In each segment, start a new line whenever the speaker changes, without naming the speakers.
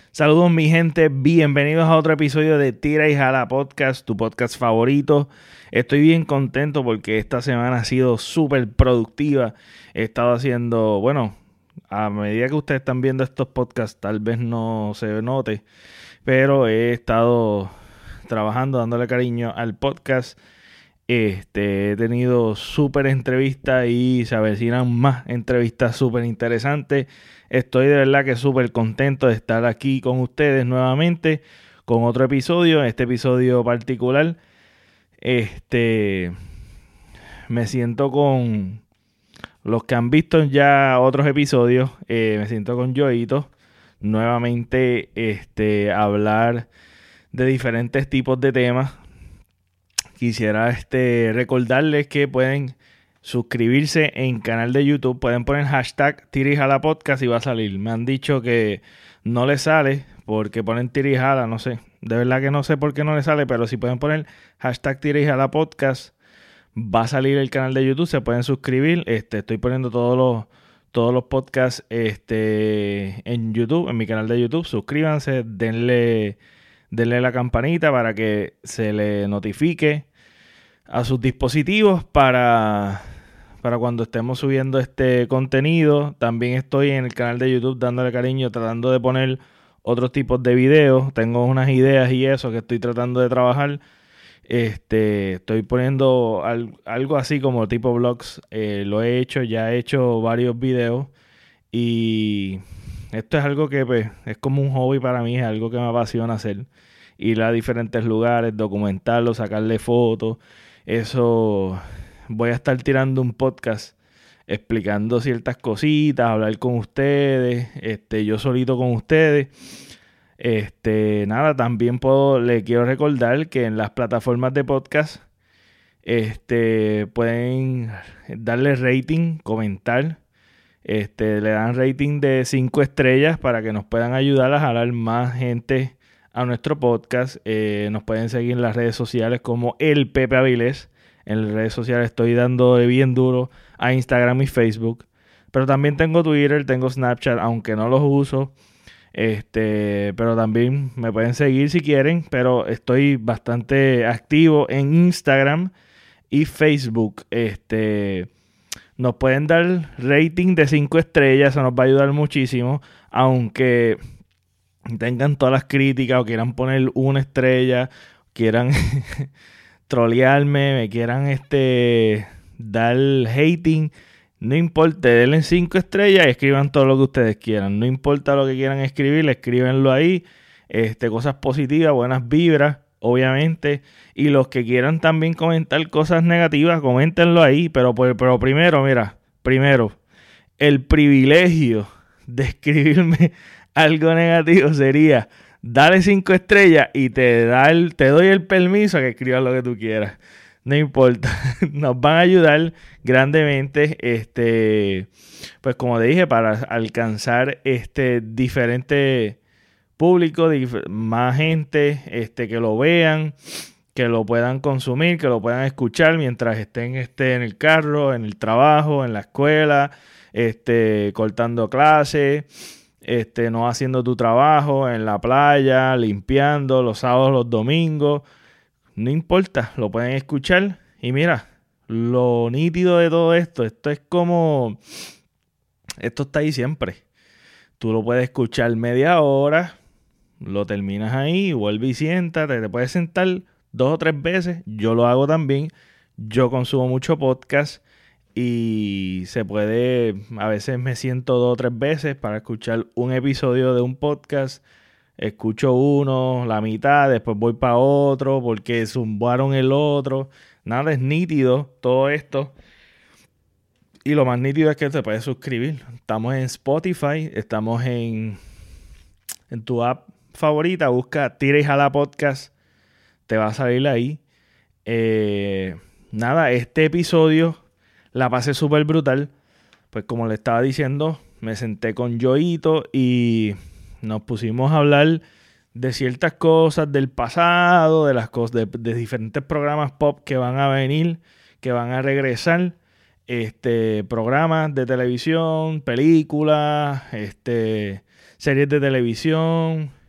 Saludos mi gente, bienvenidos a otro episodio de Tira y Jala Podcast, tu podcast favorito. Estoy bien contento porque esta semana ha sido súper productiva. He estado haciendo, a medida que ustedes están viendo estos podcasts tal vez no se note, pero he estado trabajando, dándole cariño al podcast. He tenido súper entrevistas y se avecinan más entrevistas súper interesantes. Estoy de verdad que súper contento de estar aquí con ustedes nuevamente con otro episodio. Este episodio particular, me siento con los que han visto ya otros episodios. Me siento con Joito nuevamente, hablar de diferentes tipos de temas. Quisiera recordarles que pueden suscribirse en canal de YouTube. Pueden poner hashtag Tirijala Podcast y va a salir. Me han dicho que no les sale porque ponen Tirijala, no sé. De verdad que no sé por qué no les sale, pero si pueden poner hashtag Tirijala Podcast, va a salir el canal de YouTube. Se pueden suscribir. Estoy poniendo todos los podcasts en YouTube, en mi canal de YouTube. Suscríbanse, denle la campanita para que se le notifique a sus dispositivos para cuando estemos subiendo este contenido. También estoy en el canal de YouTube dándole cariño, tratando de poner otros tipos de videos. Tengo unas ideas y eso que estoy tratando de trabajar. Estoy poniendo algo así como tipo vlogs. Lo he hecho, ya he hecho varios videos y esto es algo que pues, es como un hobby para mí, es algo que me apasiona hacer. Ir a diferentes lugares, documentarlo, sacarle fotos. Eso, voy a estar tirando un podcast explicando ciertas cositas, hablar con ustedes, yo solito con ustedes. También le quiero recordar que en las plataformas de podcast, pueden darle rating, comentar. Le dan rating de 5 estrellas para que nos puedan ayudar a jalar más gente a nuestro podcast. Nos pueden seguir en las redes sociales como el Pepe Avilés. En las redes sociales estoy dando bien duro a Instagram y Facebook. Pero también tengo Twitter, tengo Snapchat, aunque no los uso. Pero también me pueden seguir si quieren. Pero estoy bastante activo en Instagram y Facebook. Nos pueden dar rating de 5 estrellas, eso nos va a ayudar muchísimo. Aunque tengan todas las críticas o quieran poner 1 estrella, quieran trolearme, me quieran dar hating, no importa, denle 5 estrellas y escriban todo lo que ustedes quieran. No importa lo que quieran escribir, escríbenlo ahí. Cosas positivas, buenas vibras, obviamente. Y los que quieran también comentar cosas negativas, coméntenlo ahí. Pero primero, el privilegio de escribirme algo negativo sería dale 5 estrellas y te doy el permiso a que escribas lo que tú quieras. No importa, nos van a ayudar grandemente, pues como te dije, para alcanzar diferente público, más gente, que lo vean, que lo puedan consumir, que lo puedan escuchar mientras estén en el carro, en el trabajo, en la escuela, cortando clases, no haciendo tu trabajo, en la playa, limpiando los sábados, los domingos. No importa, lo pueden escuchar. Y mira, lo nítido de todo esto está ahí siempre. Tú lo puedes escuchar media hora, lo terminas ahí, vuelve y siéntate. Te puedes sentar 2 o 3 veces. Yo lo hago también. Yo consumo mucho podcast y a veces me siento 2 o 3 veces para escuchar un episodio de un podcast. Escucho uno, la mitad, después voy para otro porque zumbaron el otro. Nada, es nítido todo esto. Y lo más nítido es que te puedes suscribir. Estamos en Spotify, estamos en tu app favorita. Busca Tira y Jala Podcast, te va a salir ahí. Este episodio la pasé súper brutal. Pues como le estaba diciendo, me senté con Joito y nos pusimos a hablar de ciertas cosas del pasado, de las cosas de diferentes programas pop que van a venir, que van a regresar, programas de televisión, películas, series de televisión,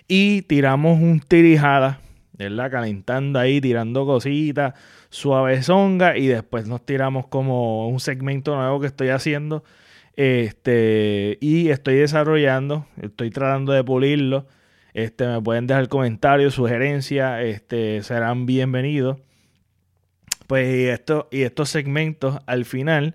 y tiramos un tirijala, ¿verdad? Calentando ahí, tirando cositas, suavezonga, y después nos tiramos como un segmento nuevo que estoy haciendo, y estoy desarrollando, estoy tratando de pulirlo. Me pueden dejar comentarios, sugerencias, serán bienvenidos. Pues estos segmentos al final,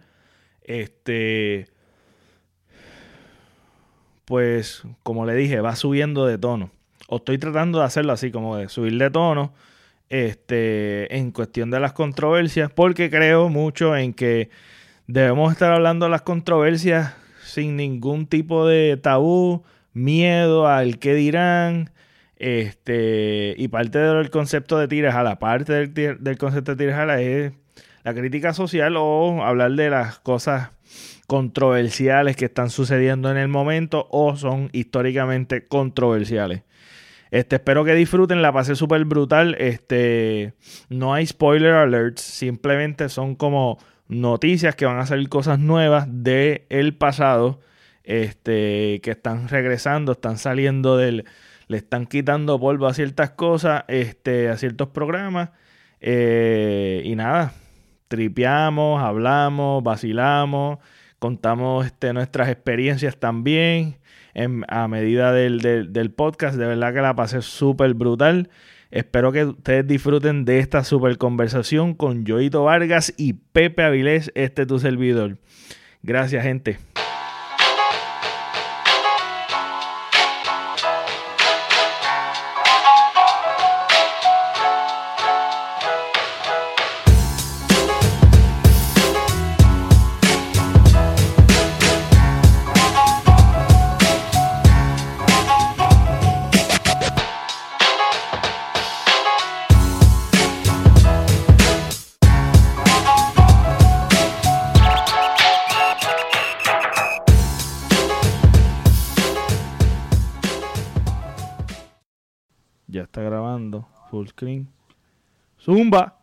pues como le dije, va subiendo de tono. O estoy tratando de hacerlo así, como de subir de tono, en cuestión de las controversias, porque creo mucho en que debemos estar hablando de las controversias sin ningún tipo de tabú, miedo al qué dirán, y parte del concepto de tirajala, parte del concepto de tirajala es la crítica social o hablar de las cosas controversiales que están sucediendo en el momento o son históricamente controversiales. Espero que disfruten, la pasé súper brutal. No hay spoiler alerts, simplemente son como noticias que van a salir cosas nuevas del pasado, que están regresando, están saliendo le están quitando polvo a ciertas cosas, a ciertos programas, y nada, tripeamos, hablamos, vacilamos, contamos nuestras experiencias también a medida del podcast. De verdad que la pasé súper brutal. Espero que ustedes disfruten de esta súper conversación con Yoito Vargas y Pepe Avilés, tu servidor. Gracias, gente. Ya está grabando. Full screen. ¡Zumba!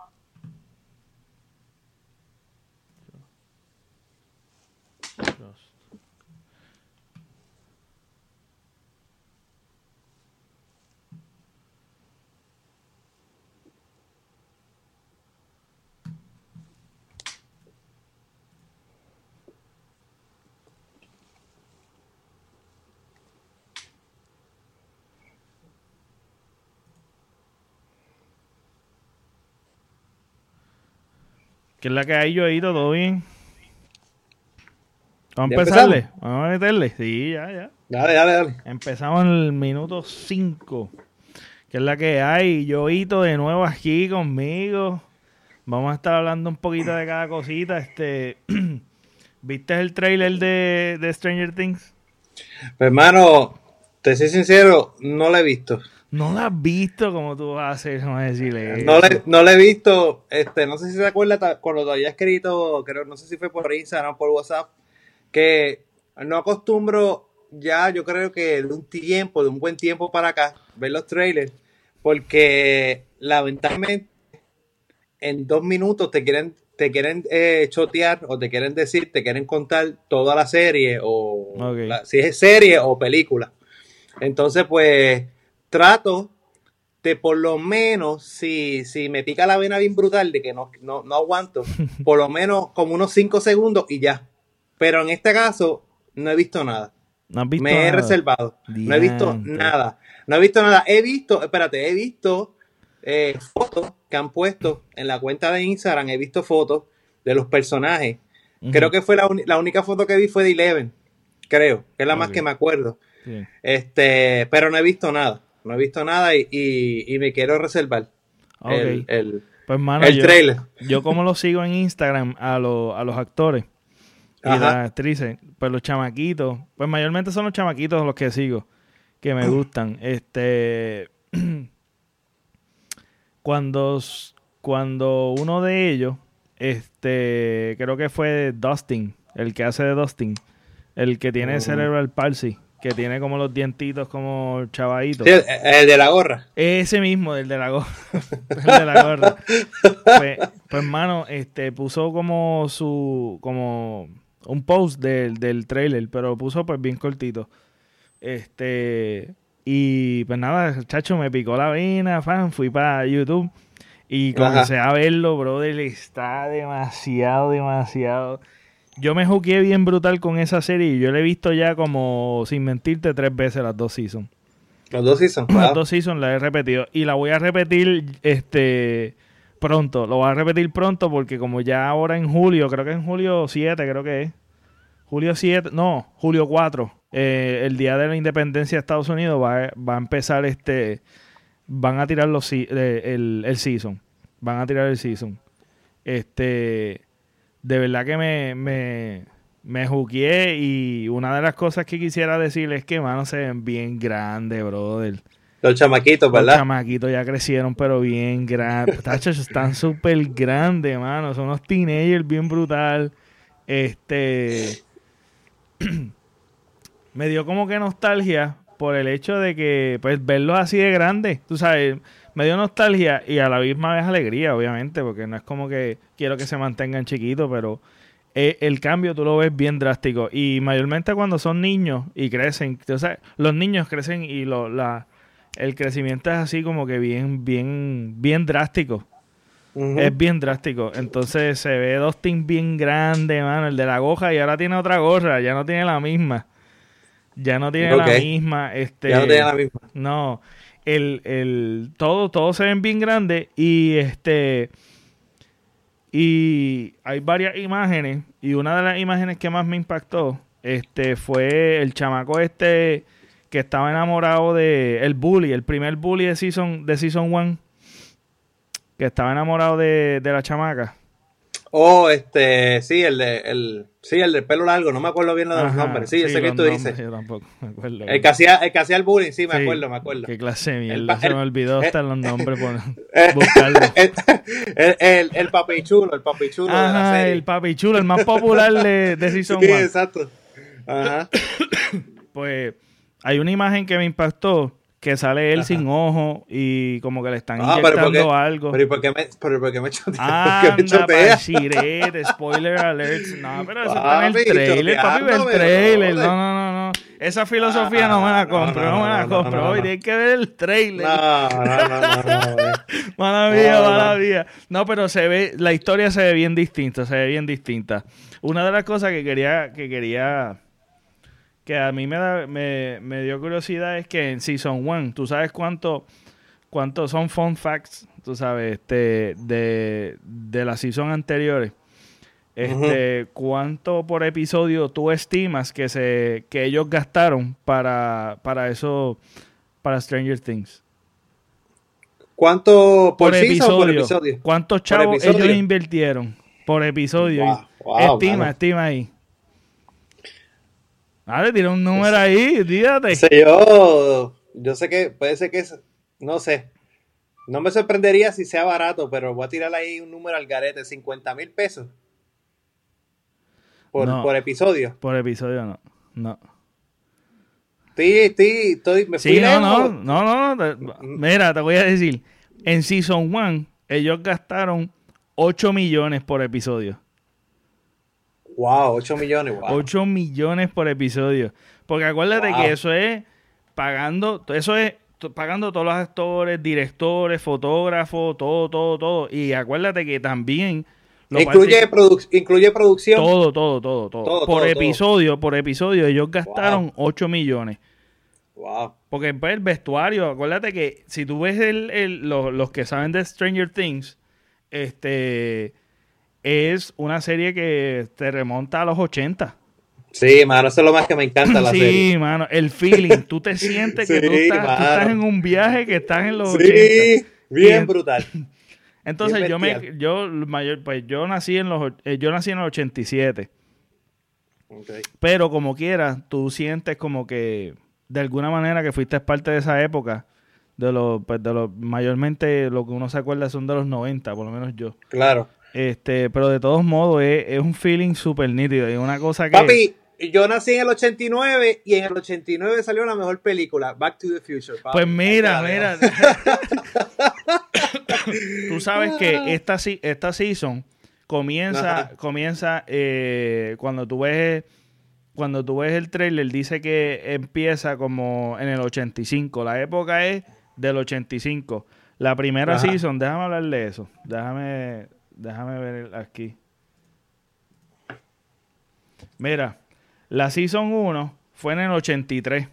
¿Qué es la que hay, Yoito? ¿Todo bien? Vamos a empezarle. Vamos a meterle. Sí, ya.
Dale.
Empezamos en el minuto 5. ¿Qué es la que hay? Yoito de nuevo aquí conmigo. Vamos a estar hablando un poquito de cada cosita. ¿Viste el trailer de Stranger Things?
Pues, hermano, te soy sincero, no lo he visto.
¿No la has visto? ¿Cómo tú vas a hacer? Vamos a decirle
No lo he visto. No sé si se acuerda cuando lo había escrito, no sé si fue por Instagram o por WhatsApp, que no acostumbro ya, yo creo que de un buen tiempo para acá, ver los trailers, porque lamentablemente en 2 minutos te quieren chotear o te quieren contar toda la serie o si es serie o película. Entonces, pues, trato de por lo menos, si me pica la vena bien brutal de que no aguanto, por lo menos como unos 5 segundos y ya. Pero en este caso, no he visto nada.
¿No has visto
Me he reservado. No he visto nada. He visto fotos que han puesto en la cuenta de Instagram. He visto fotos de los personajes. Uh-huh. Creo que fue la única foto que vi fue de Eleven. Creo, que es la más que me acuerdo. Sí. Pero no he visto nada. No he visto nada y me quiero reservar
pues, mano,
el trailer.
Yo como lo sigo en Instagram a los actores y las actrices, pues los chamaquitos, pues mayormente son los chamaquitos los que sigo, que me gustan. Cuando uno de ellos, creo que fue Dustin, el que hace de Dustin, el que tiene cerebral palsy, que tiene como los dientitos como chavaditos.
Sí, el de la gorra.
Ese mismo, el de la gorra. El de la gorra. Pues hermano, puso como un post del trailer, pero lo puso pues bien cortito. Y pues nada, chacho, me picó la vena, fan, fui para YouTube y comencé a verlo, brother, está demasiado. Yo me juqué bien brutal con esa serie y yo la he visto ya como, sin mentirte, 3 veces las 2 seasons.
Los 2 seasons, wow.
Las 2 seasons las he repetido y la voy a repetir pronto. Lo voy a repetir pronto porque como ya ahora en julio, creo que en julio 7, creo que es. Julio 4, el día de la independencia de Estados Unidos va a empezar van a tirar el season. Van a tirar el season. De verdad que me juqueé y una de las cosas que quisiera decir es que, mano, se ven bien grandes, brother.
Los chamaquitos, ¿verdad?
Los chamaquitos ya crecieron, pero bien grandes. Tachos, están súper grandes, mano. Son unos teenagers bien brutal. Me dio como que nostalgia por el hecho de que, pues, verlos así de grandes, tú sabes, me dio nostalgia y a la misma vez alegría, obviamente, porque no es como que quiero que se mantengan chiquitos, pero el cambio tú lo ves bien drástico y mayormente cuando son niños y crecen, tú sabes, los niños crecen y el crecimiento es así como que bien drástico. Uh-huh. Es bien drástico. Entonces se ve Dustin bien grande, mano. El de la gorra y ahora tiene otra gorra. Ya no tiene la misma. Ya no tiene la misma.
Ya no tiene la misma.
No. Todo se ven bien grande. Y y hay varias imágenes. Y una de las imágenes que más me impactó fue el chamaco que estaba enamorado de el bully, el primer bully de Season 1. Que estaba enamorado de la chamaca.
Oh, sí, el del pelo largo, no me acuerdo bien de los nombres. Sí, yo sé que tú dices.
Yo tampoco me acuerdo.
El que hacía el bullying, sí, me acuerdo.
Qué clase de mierda, se me olvidó hasta los nombres por buscarlo.
El papichulo de la serie.
El papichulo, el más popular de Season 1.
Sí, exacto. Ajá.
Pues hay una imagen que me impactó, que sale él sin ojo y como que le están inyectando algo.
Pero ¿por qué me choteas?
Anda, parchirete, spoiler alert. No, pero eso está en el trailer, papi, ve el trailer. No. Esa filosofía no me la compro. Hoy tienes que ver el trailer.
No.
Mala mía. No, pero la historia se ve bien distinta. Una de las cosas que quería que a mí me dio curiosidad es que en Season 1, ¿tú sabes cuánto son fun facts, tú sabes, de las season anteriores? Uh-huh. ¿Cuánto por episodio tú estimas que ellos gastaron para eso, para Stranger Things?
¿Cuánto por season o por episodio?
¿Cuántos chavos ellos invirtieron por episodio?
Wow,
estima ahí. Dale, tira un número ahí, dígate.
Yo sé que puede ser que no sé. No me sorprendería si sea barato, pero voy a tirar ahí un número al garete, 50,000 pesos. Por episodio.
Por episodio no.
Me fui lejos.
No. Mira, te voy a decir. En Season 1, ellos gastaron 8 millones por episodio.
Wow, 8 millones, wow.
8 millones por episodio. Porque acuérdate que eso es pagando todos los actores, directores, fotógrafos, todo. Y acuérdate que también
incluye producción.
Todo. Por episodio ellos gastaron 8 millones.
Wow.
Porque pues, el vestuario, acuérdate que si tú ves los que saben de Stranger Things, es una serie que te remonta a los 80.
Sí, mano, eso es lo más que me encanta la serie.
Sí, mano, el feeling. Tú te sientes que tú estás en un viaje que estás en los 80.
Sí, bien brutal.
Entonces bien yo nací en el 87.
Okay.
Pero como quiera, tú sientes como que de alguna manera que fuiste parte de esa época. Mayormente lo que uno se acuerda son de los 90, por lo menos yo.
Claro.
Pero de todos modos es un feeling súper nítido. Es una cosa que...
Papi, yo nací en el 89 y en el 89 salió la mejor película, Back to the Future. Papi.
Pues mira. Tú sabes que esta season comienza cuando tú ves cuando tú ves el trailer, dice que empieza como en el 85. La época es del 85. La primera
Ajá.
season, déjame hablar de eso. Déjame ver aquí. Mira, la season 1 fue en el 83.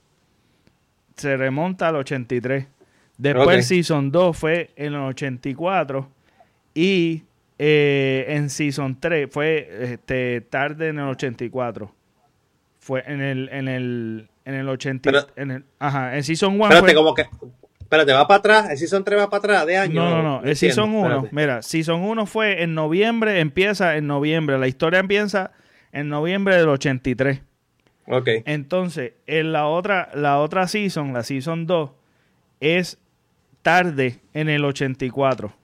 Se remonta al 83. Después
Ok.
season 2 fue en el 84. Y en season 3 fue tarde en el 84. Fue en el 80.
Pero,
En season 1
espérate,
fue.
como que. Espérate, va para atrás. El Season 3 va para atrás de año.
No.
No
El
entiendo.
season 1.
Espérate.
Mira, season 1 fue en noviembre. Empieza en noviembre. La historia empieza en noviembre del 83.
Ok.
Entonces, en la otra season, la season 2, es tarde en el 84. O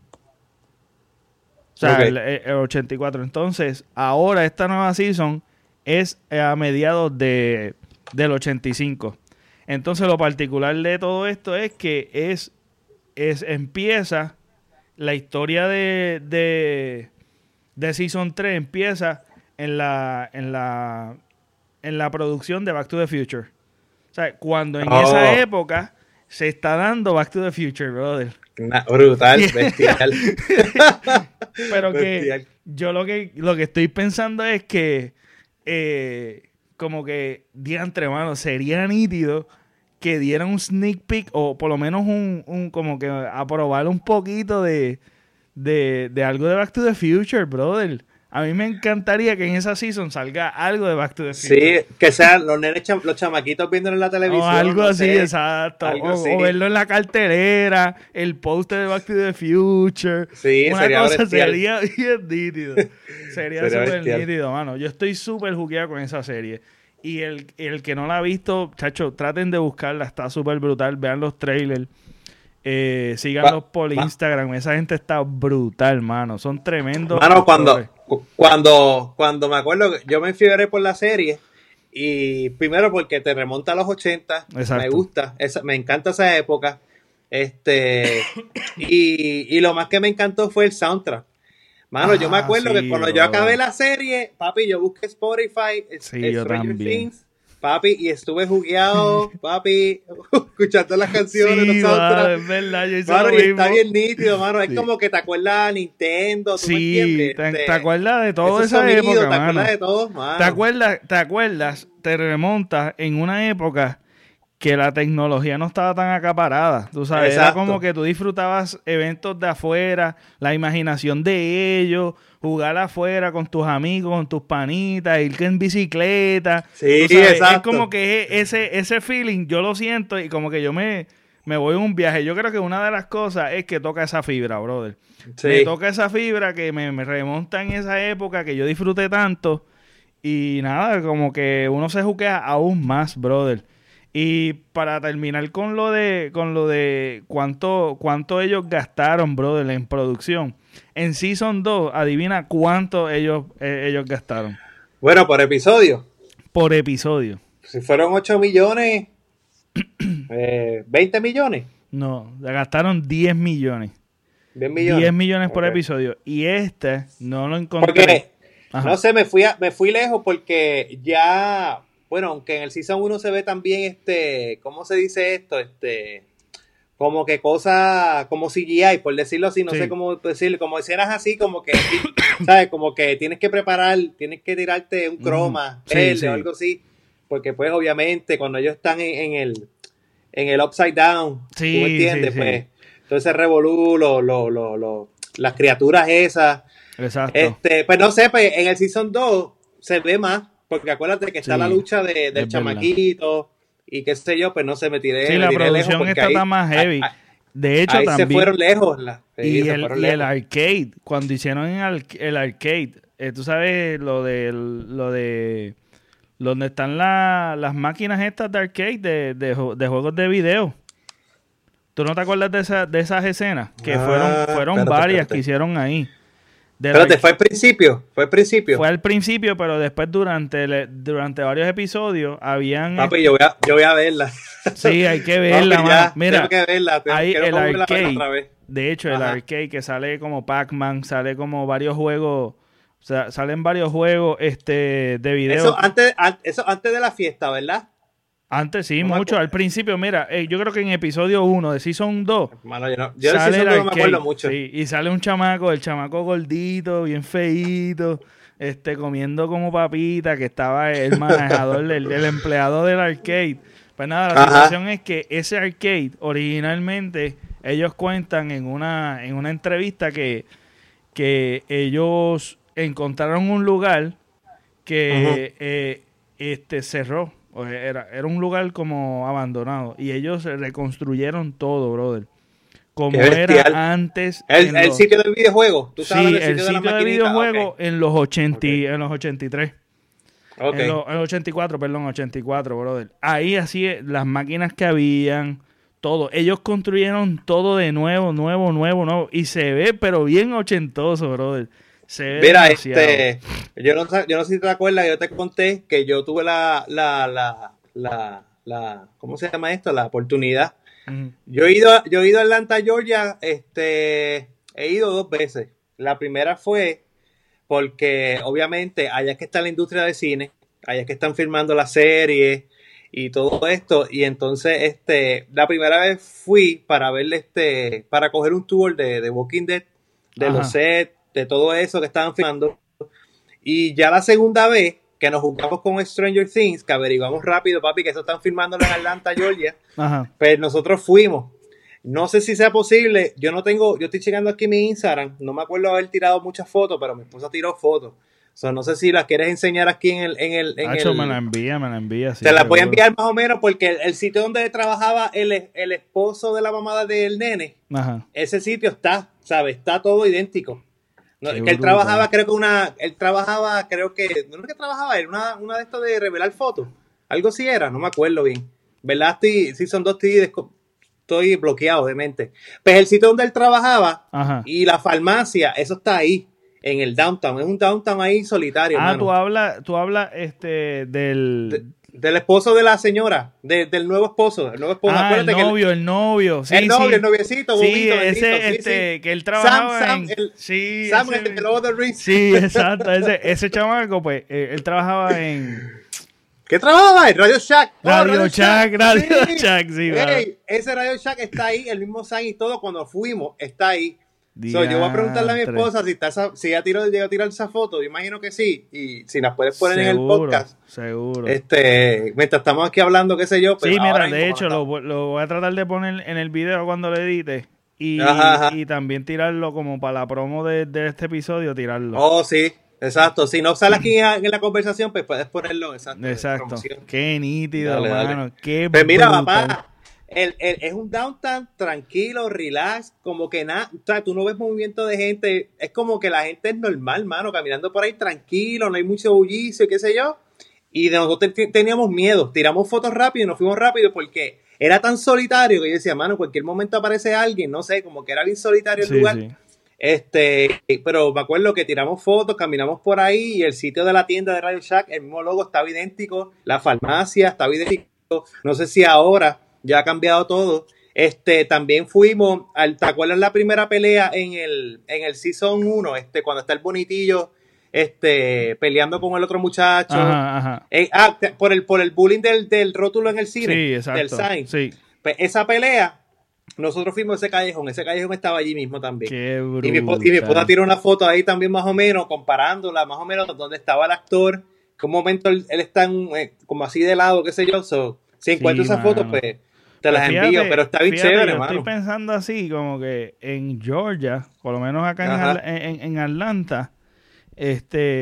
sea,
Ok.
el 84. Entonces, ahora esta nueva season es a mediados del 85. Entonces, lo particular de todo esto es que empieza la historia de Season 3 empieza en la producción de Back to the Future. O sea, cuando en esa época se está dando Back to the Future, brother.
Brutal, bestial.
Pero
Bestial.
que yo lo que estoy pensando es que como que diantre, mano, sería nítido que dieran un sneak peek o por lo menos un como que aprobar un poquito de algo de Back to the Future, brother. A mí me encantaría que en esa season salga algo de Back to the Future.
Sí, que sean los nenes, los chamaquitos viéndolo en la televisión.
O algo
no
así,
sé,
exacto.
algo
O
así.
verlo en la cartelera, el póster de Back to the Future.
Sí,
Una
sería
cosa
bestial.
sería bien nítido. Sería
Sería
súper
bestial.
nítido, mano. Yo estoy súper jugueado con esa serie. Y el que no la ha visto, chacho, traten de buscarla. Está súper brutal. Vean los trailers. Síganlos por Instagram. Esa gente está brutal, mano. Son tremendos.
Mano,
actores.
cuando me acuerdo, yo me enfiebré por la serie. Y primero porque te remonta a los 80.
Exacto.
Me gusta, me encanta esa época. Y lo más que me encantó fue el soundtrack. Mano, yo me acuerdo que cuando yo acabé la serie, papi, yo busqué Spotify,
yo también.
Things, papi, y estuve jugueado, papi, escuchando las canciones, los soundtracks.
Mano, es verdad, yo hice
Mano,
lo
y
mismo.
está bien nítido, mano. Es
Sí.
como que te acuerdas de Nintendo, ¿tú me
Sí,
entiendes?
te acuerdas de toda
esos
esa
sonidos,
época,
te
mano.
acuerdas de todo, mano.
¿Te acuerdas? Te remontas en una época que la tecnología no estaba tan acaparada, tú sabes, era
Exacto.
como que tú disfrutabas eventos de afuera, la imaginación de ellos, jugar afuera con tus amigos, con tus panitas, ir en bicicleta.
Sí,
tú sabes,
exacto.
es como que ese feeling, yo lo siento y como que yo me voy en un viaje. Yo creo que una de las cosas es que toca esa fibra, brother.
Sí.
Me toca esa fibra que me remonta en esa época que yo disfruté tanto. Y nada, como que uno se juquea aún más, brother. Y para terminar con lo de cuánto ellos gastaron, brother, en producción. En Season 2, adivina cuánto ellos gastaron.
Bueno, por episodio.
Por episodio.
Si fueron 8 millones, 20 millones.
No, gastaron 10 millones.
10 millones.
10 millones por
Ok.
episodio. Y no lo encontré.
Porque,
Ajá.
no sé, me fui lejos porque ya, bueno, aunque en el Season 1 se ve también ¿cómo se dice esto? Como que cosas, como CGI, por decirlo así, no
Sí.
sé cómo decirlo, como escenas así, como que, ¿sabes? Como que tienes que tirarte un croma
Sí,
verde
sí.
o algo así, porque pues obviamente cuando ellos están en el Upside Down,
Sí,
¿tú me entiendes?
sí, sí.
Pues, todo ese revolú, las criaturas esas,
Exacto.
pues no sé, pues en el Season 2 se ve más, porque acuérdate que está
Sí,
la lucha del
es verdad.
chamaquito y qué sé yo, pues no sé, me tiré,
Sí,
me
la
tiré lejos
producción
porque
está tan más heavy. De hecho,
ahí
también.
se fueron lejos.
Y
se
el
fueron lejos.
arcade, cuando hicieron el arcade, tú sabes lo de donde están las máquinas estas de arcade de juegos de video. ¿Tú no te acuerdas de esas escenas? Que fueron
Espérate,
varias
espérate.
que hicieron ahí.
Espérate, fue al principio.
Fue al principio, pero después durante varios episodios habían...
Papi, yo voy a verla.
Sí, hay que verla,
Papi,
mano.
ya,
Mira,
tengo que verla.
hay
Quiero
el
volverla a ver
arcade.
otra vez.
De hecho, el
Ajá.
arcade que sale como Pac-Man, sale como varios juegos, Salen varios juegos de video.
Eso antes de la fiesta, ¿verdad?
Antes sí, mucho. Al principio, mira, yo creo que en episodio 1 de Season 2
Hermano, yo de Season 2 no me acuerdo mucho.
Sí, y sale un chamaco, el chamaco gordito, bien feíto, comiendo como papita, que estaba el manejador, el empleado del arcade. Pues nada, la situación es que ese arcade, originalmente, ellos cuentan en una entrevista que ellos encontraron un lugar que cerró. Era un lugar como abandonado. Y ellos reconstruyeron todo, brother. Como era antes.
El sitio del videojuego.
¿Tú sabes el sitio de videojuego en los 83. Okay. En los 84, perdón, 84, brother. Ahí así las máquinas que habían, todo. Ellos construyeron todo de nuevo. Y se ve, pero bien ochentoso, brother. Se ve demasiado.
Yo no sé si te acuerdas, yo te conté que yo tuve la ¿cómo se llama esto? La oportunidad. Uh-huh. Yo he ido a Atlanta, Georgia, he ido 2 veces. La primera fue porque obviamente allá es que está la industria de cine, allá es que están filmando la serie y todo esto, y entonces la primera vez fui para ver para coger un tour de Walking Dead, de los sets, de todo eso que estaban filmando. Y ya la segunda vez que nos juntamos con Stranger Things, que averiguamos rápido, papi, que eso están filmando en Atlanta, Georgia, pues nosotros fuimos. No sé si sea posible, yo estoy checando aquí mi Instagram, no me acuerdo haber tirado muchas fotos, pero mi esposa tiró fotos. O sea, no sé si las quieres enseñar aquí en el
me la envía. Sí,
te la voy a enviar más o menos porque el sitio donde trabajaba el esposo de la mamá del nene, ese sitio está, ¿sabes? Está todo idéntico. No, que él trabajaba, creo que era una de estas de revelar fotos. Algo sí era, no me acuerdo bien. ¿Verdad? Sí, son 2 estoy bloqueado de mente. Pues el sitio donde él trabajaba y la farmacia, eso está ahí, en el downtown. Es un downtown ahí solitario, hermano.
Tú hablas
del esposo de la señora, del nuevo esposo. El novio.
El novio. Sí,
el noviecito.
Sí, que él trabajaba
Sam, el de Lord of the Rings.
Sí, exacto. Ese chamaco, pues, él trabajaba en...
¿Qué trabajaba? Radio Shack.
Radio Shack, sí.
Ese Radio Shack está ahí, el mismo sign y todo, cuando fuimos, está ahí. Yo voy a preguntarle a mi esposa si ella llegó a tirar esa foto. Yo imagino que sí. Y si las puedes poner en el podcast.
Seguro.
Mientras estamos aquí hablando, qué sé yo.
Pero sí, mira, de hecho, lo voy a tratar de poner en el video cuando lo edite. Y también tirarlo como para la promo de este episodio, tirarlo.
Oh, sí. Exacto. Si no sale aquí en la conversación, pues puedes ponerlo.
Exacto. Qué nítido, hermano. Qué
pues mira, papá. Es un downtown tranquilo, relax, como que nada, o sea, tú no ves movimiento de gente, es como que la gente es normal, mano, caminando por ahí tranquilo, no hay mucho bullicio, qué sé yo, y nosotros teníamos miedo, tiramos fotos rápido y nos fuimos rápido porque era tan solitario que yo decía, mano, en cualquier momento aparece alguien, no sé, como que era bien solitario el lugar. Sí. Pero me acuerdo que tiramos fotos, caminamos por ahí y el sitio de la tienda de Radio Shack, el mismo logo estaba idéntico, la farmacia estaba idéntico, no sé si ahora ya ha cambiado todo. También fuimos ¿te acuerdas la primera pelea en el Season 1? Cuando está el bonitillo peleando con el otro muchacho. Por el bullying del rótulo en el cine.
Sí, exacto.
Del sign.
Sí.
Pues esa pelea, nosotros fuimos a ese callejón estaba allí mismo también.
Qué brutal.
Y mi esposa tiró una foto ahí también más o menos, comparándola más o menos donde estaba el actor, que un momento él está como así de lado, qué sé yo. Si encuentro esa foto, pues te las envío, pero está bien chévere, hermano.
Estoy pensando así, como que en Georgia, por lo menos acá en Atlanta, es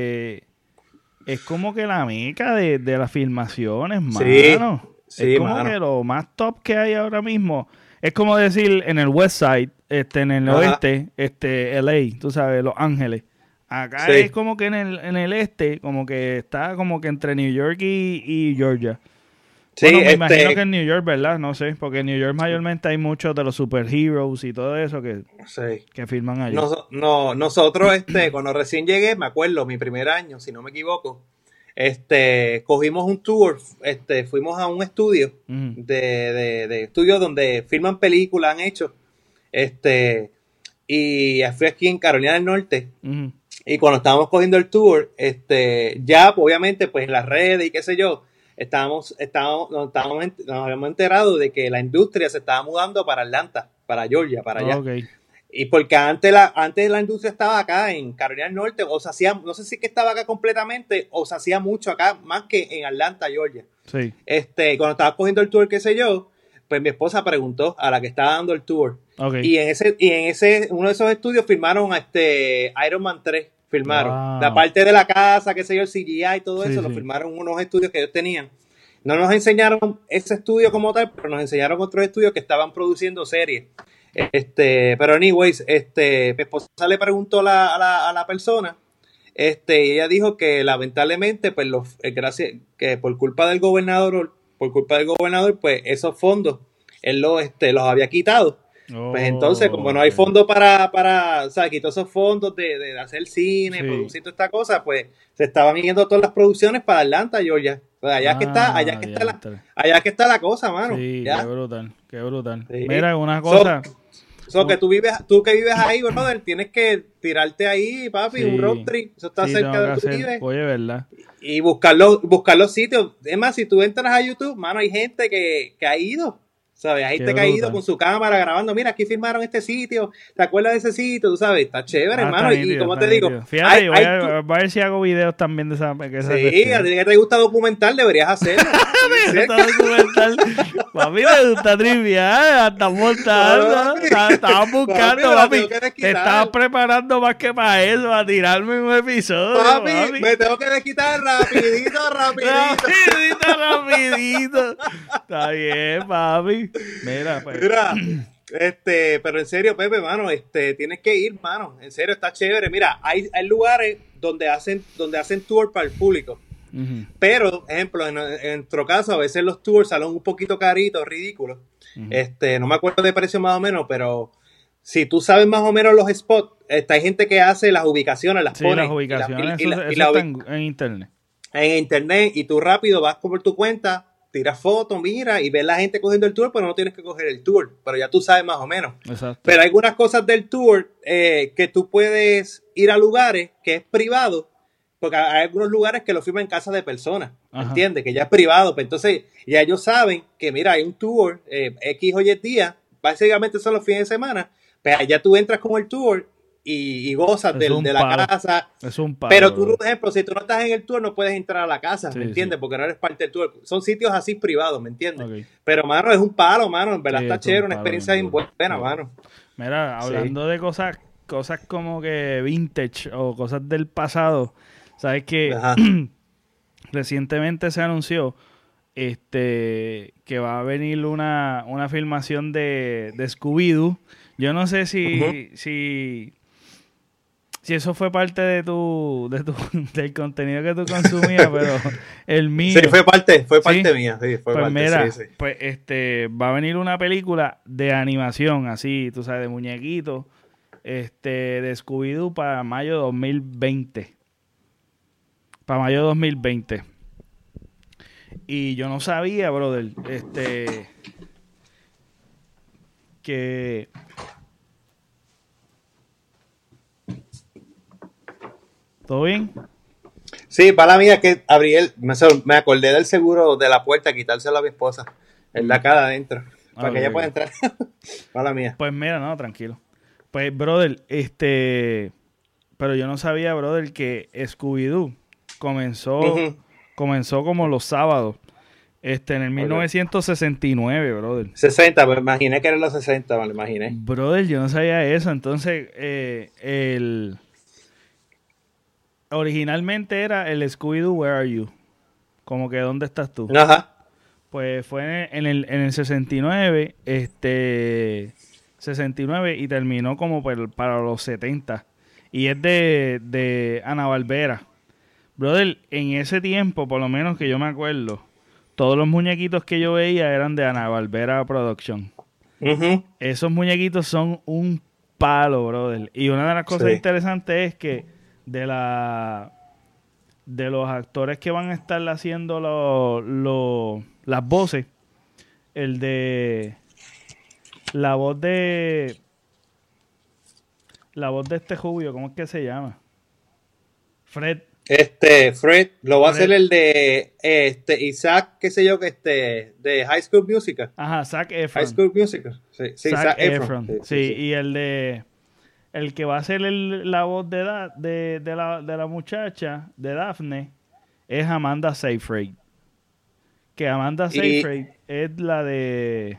como que la meca de las filmaciones, mano.
Sí,
es como que lo más top que hay ahora mismo. Es como decir en el West Side, en el oeste, LA, tú sabes, Los Ángeles. Acá es como que en el este, como que está como que entre New York y Georgia.
Sí,
bueno, me imagino que en New York, ¿verdad? No sé, porque en New York mayormente hay muchos de los superheroes y todo eso que filman allí.
Nosotros, cuando recién llegué, me acuerdo, mi primer año, si no me equivoco, cogimos un tour, fuimos a un estudio de estudios donde filman películas, han hecho, y fui aquí en Carolina del Norte, Y cuando estábamos cogiendo el tour, ya obviamente pues en las redes y qué sé yo, nos habíamos enterado de que la industria se estaba mudando para Atlanta, para Georgia, para allá.
Okay.
Y porque antes la industria estaba acá en Carolina del Norte, o se hacía, no sé si que estaba acá completamente, o se hacía mucho acá, más que en Atlanta, Georgia.
Sí.
Cuando estaba cogiendo el tour, qué sé yo, pues mi esposa preguntó a la que estaba dando el tour.
Okay.
Y en uno de esos estudios firmaron Iron Man 3, firmaron.
Wow.
La parte de la casa, qué sé yo, el CGI y todo
Sí,
eso,
sí.
lo firmaron unos estudios que ellos tenían. No nos enseñaron ese estudio como tal, pero nos enseñaron otros estudios que estaban produciendo series. Pero anyways, mi esposa le preguntó a la persona, y ella dijo que lamentablemente, pues gracias, que por culpa del gobernador, pues esos fondos él los había quitado. Pues entonces, como no hay fondos o sea, quitó esos fondos de hacer cine, producir toda esta cosa, pues se estaban yendo todas las producciones para Atlanta, Georgia. Pues allá que está la cosa, mano.
Sí,
¿ya?
Qué brutal.
Sí.
Mira, una cosa.
Que tú que vives ahí, brother, tienes que tirarte ahí, papi, un road trip. Eso está cerca de donde tú vives.
Oye, ¿verdad?
Y buscar los sitios. Es más, si tú entras a YouTube, mano, hay gente que ha ido. ¿Sabes? Hay gente que ha ido con su cámara grabando. Mira, aquí filmaron este sitio. ¿Te acuerdas de ese sitio? Tú sabes, está chévere, hermano. Y como te digo,
fíjate, voy a ver si hago videos también de esa.
Sí, a ti que te gusta documentar, deberías hacerlo.
Me gusta documentar. Papi, me gusta triviar. Estamos montando. Estamos buscando, papi. Te estabas preparando más que para eso, a tirarme un episodio.
Papi, me tengo que desquitar rapidito.
Está bien, papi. Mira, pues.
Pero en serio, Pepe, mano, tienes que ir, mano. En serio, está chévere. Mira, hay lugares donde hacen tour para el público. Uh-huh. Pero, ejemplo, en nuestro caso, a veces los tours salen un poquito caritos, ridículos. Uh-huh. No me acuerdo de precio más o menos, pero si tú sabes más o menos los spots, hay gente que hace las ubicaciones, las pone.
Las ubicaciones, eso está en internet.
En internet, y tú rápido vas por tu cuenta, tiras fotos, mira, y ves la gente cogiendo el tour, pero no tienes que coger el tour, pero ya tú sabes más o menos.
Exacto.
Pero hay algunas cosas del tour que tú puedes ir a lugares que es privado, porque hay algunos lugares que lo firman en casa de personas, ¿entiendes? Que ya es privado, pero entonces ya ellos saben que, mira, hay un tour X hoy en día, básicamente son los fines de semana, pero allá tú entras con el tour y gozas de la casa.
Es un palo.
Pero tú, por ejemplo, si tú no estás en el tour, no puedes entrar a la casa, ¿me entiendes? Sí. Porque no eres parte del tour. Son sitios así privados, ¿me entiendes? Okay. Pero, mano, es un palo, mano. En verdad está chévere, una experiencia bien buena, mano.
Mira, hablando de cosas como que vintage o cosas del pasado, ¿sabes qué? Recientemente se anunció que va a venir una filmación de Scooby-Doo. Yo no sé si eso fue parte del contenido que tú consumías, pero el mío...
Sí, fue parte mía. Sí, fue
pues
parte,
mira,
sí.
Pues va a venir una película de animación, así, tú sabes, de muñequitos, de Scooby-Doo para mayo 2020. Para mayo 2020. Y yo no sabía, brother, que... ¿Todo bien?
Sí, para la mía que Abriel, me acordé del seguro de la puerta, quitárselo a mi esposa, en la cara adentro, para que ella pueda entrar. Para la mía.
Pues mira, no, tranquilo. Pues, brother, pero yo no sabía, brother, que Scooby-Doo comenzó como los sábados, en el 1969, brother.
60, me imaginé que eran los 60, me lo imaginé.
Brother, yo no sabía eso, entonces, originalmente era el Scooby-Doo, Where Are You? Como que ¿dónde estás tú?
Ajá.
Pues fue en el 69, 69 y terminó como para los 70. Y es de Hanna-Barbera. Brother, en ese tiempo, por lo menos que yo me acuerdo, todos los muñequitos que yo veía eran de Hanna-Barbera Production. Uh-huh. Esos muñequitos son un palo, brother. Y una de las cosas interesantes es que de los actores que van a estar haciendo las voces, el de la voz de este Julio, ¿cómo es que se llama? Fred.
Fred, lo va a hacer
Fred.
el de Isaac, qué sé yo, de High School Musical.
Ajá, Zac
High
Efron.
School Musical. Sí,
Zac
Zac Efron.
Efron. Sí, y el que va a ser la voz de la muchacha, de Daphne, es Amanda Seyfried. Que Amanda
Y
Seyfried es la de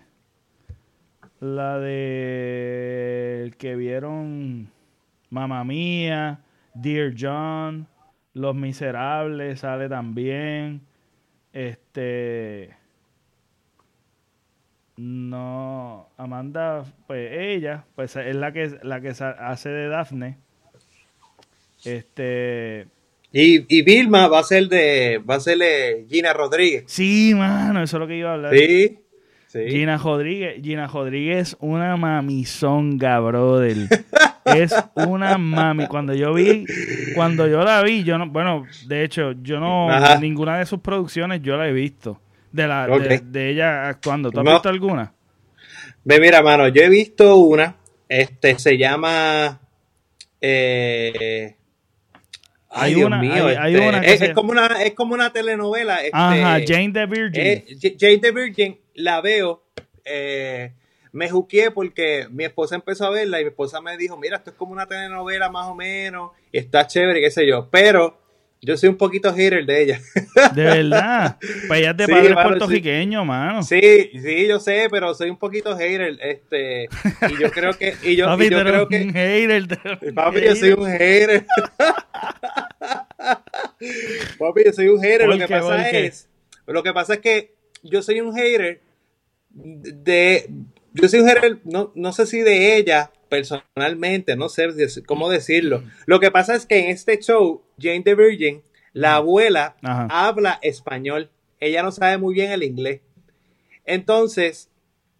el que vieron Mamma Mía, Dear John, Los Miserables, sale también. No, Amanda, pues ella, pues es la que hace de Daphne.
y Vilma va a ser Gina Rodríguez.
Sí, mano, eso es lo que iba a hablar.
Sí, sí.
Gina Rodríguez, una mamizonga, brother. Es una mami. Cuando yo la vi, yo no, bueno, de hecho, yo no,
Ajá.
ninguna de sus producciones yo la he visto.
Ok.
De ella actuando. ¿Tú has
No.
visto alguna?
Ve, mira, mano, yo he visto una, se llama,
Hay
Dios
una,
mío,
hay una que
es como una telenovela,
Ajá, Jane the Virgin.
Jane the Virgin, la veo, me juqué porque mi esposa empezó a verla y mi esposa me dijo, mira, esto es como una telenovela más o menos, y está chévere, qué sé yo, pero yo soy un poquito hater de ella.
De verdad. Pues ella es de
Sí,
padre
mano,
puertorriqueño, mano.
Sí, yo sé, pero soy un poquito hater, y yo creo que,
Papi,
yo
tú eres
creo que,
un hater.
papi, yo soy un hater. Papi, yo soy un hater.
¿Por qué?
Lo que pasa es que yo soy un hater yo soy un hater, no sé si de ella personalmente, no sé cómo decirlo. Lo que pasa es que en este show, Jane the Virgin, la abuela
Ajá.
habla español. Ella no sabe muy bien el inglés. Entonces,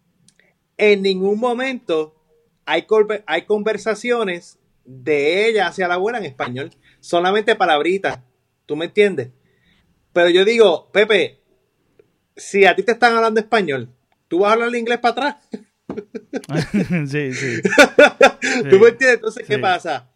en ningún momento hay conversaciones de ella hacia la abuela en español. Solamente palabritas. ¿Tú me entiendes? Pero yo digo, Pepe, si a ti te están hablando español, ¿tú vas a hablar inglés para atrás?
Sí.
¿Tú me entiendes? Entonces,
Sí.
¿qué pasa?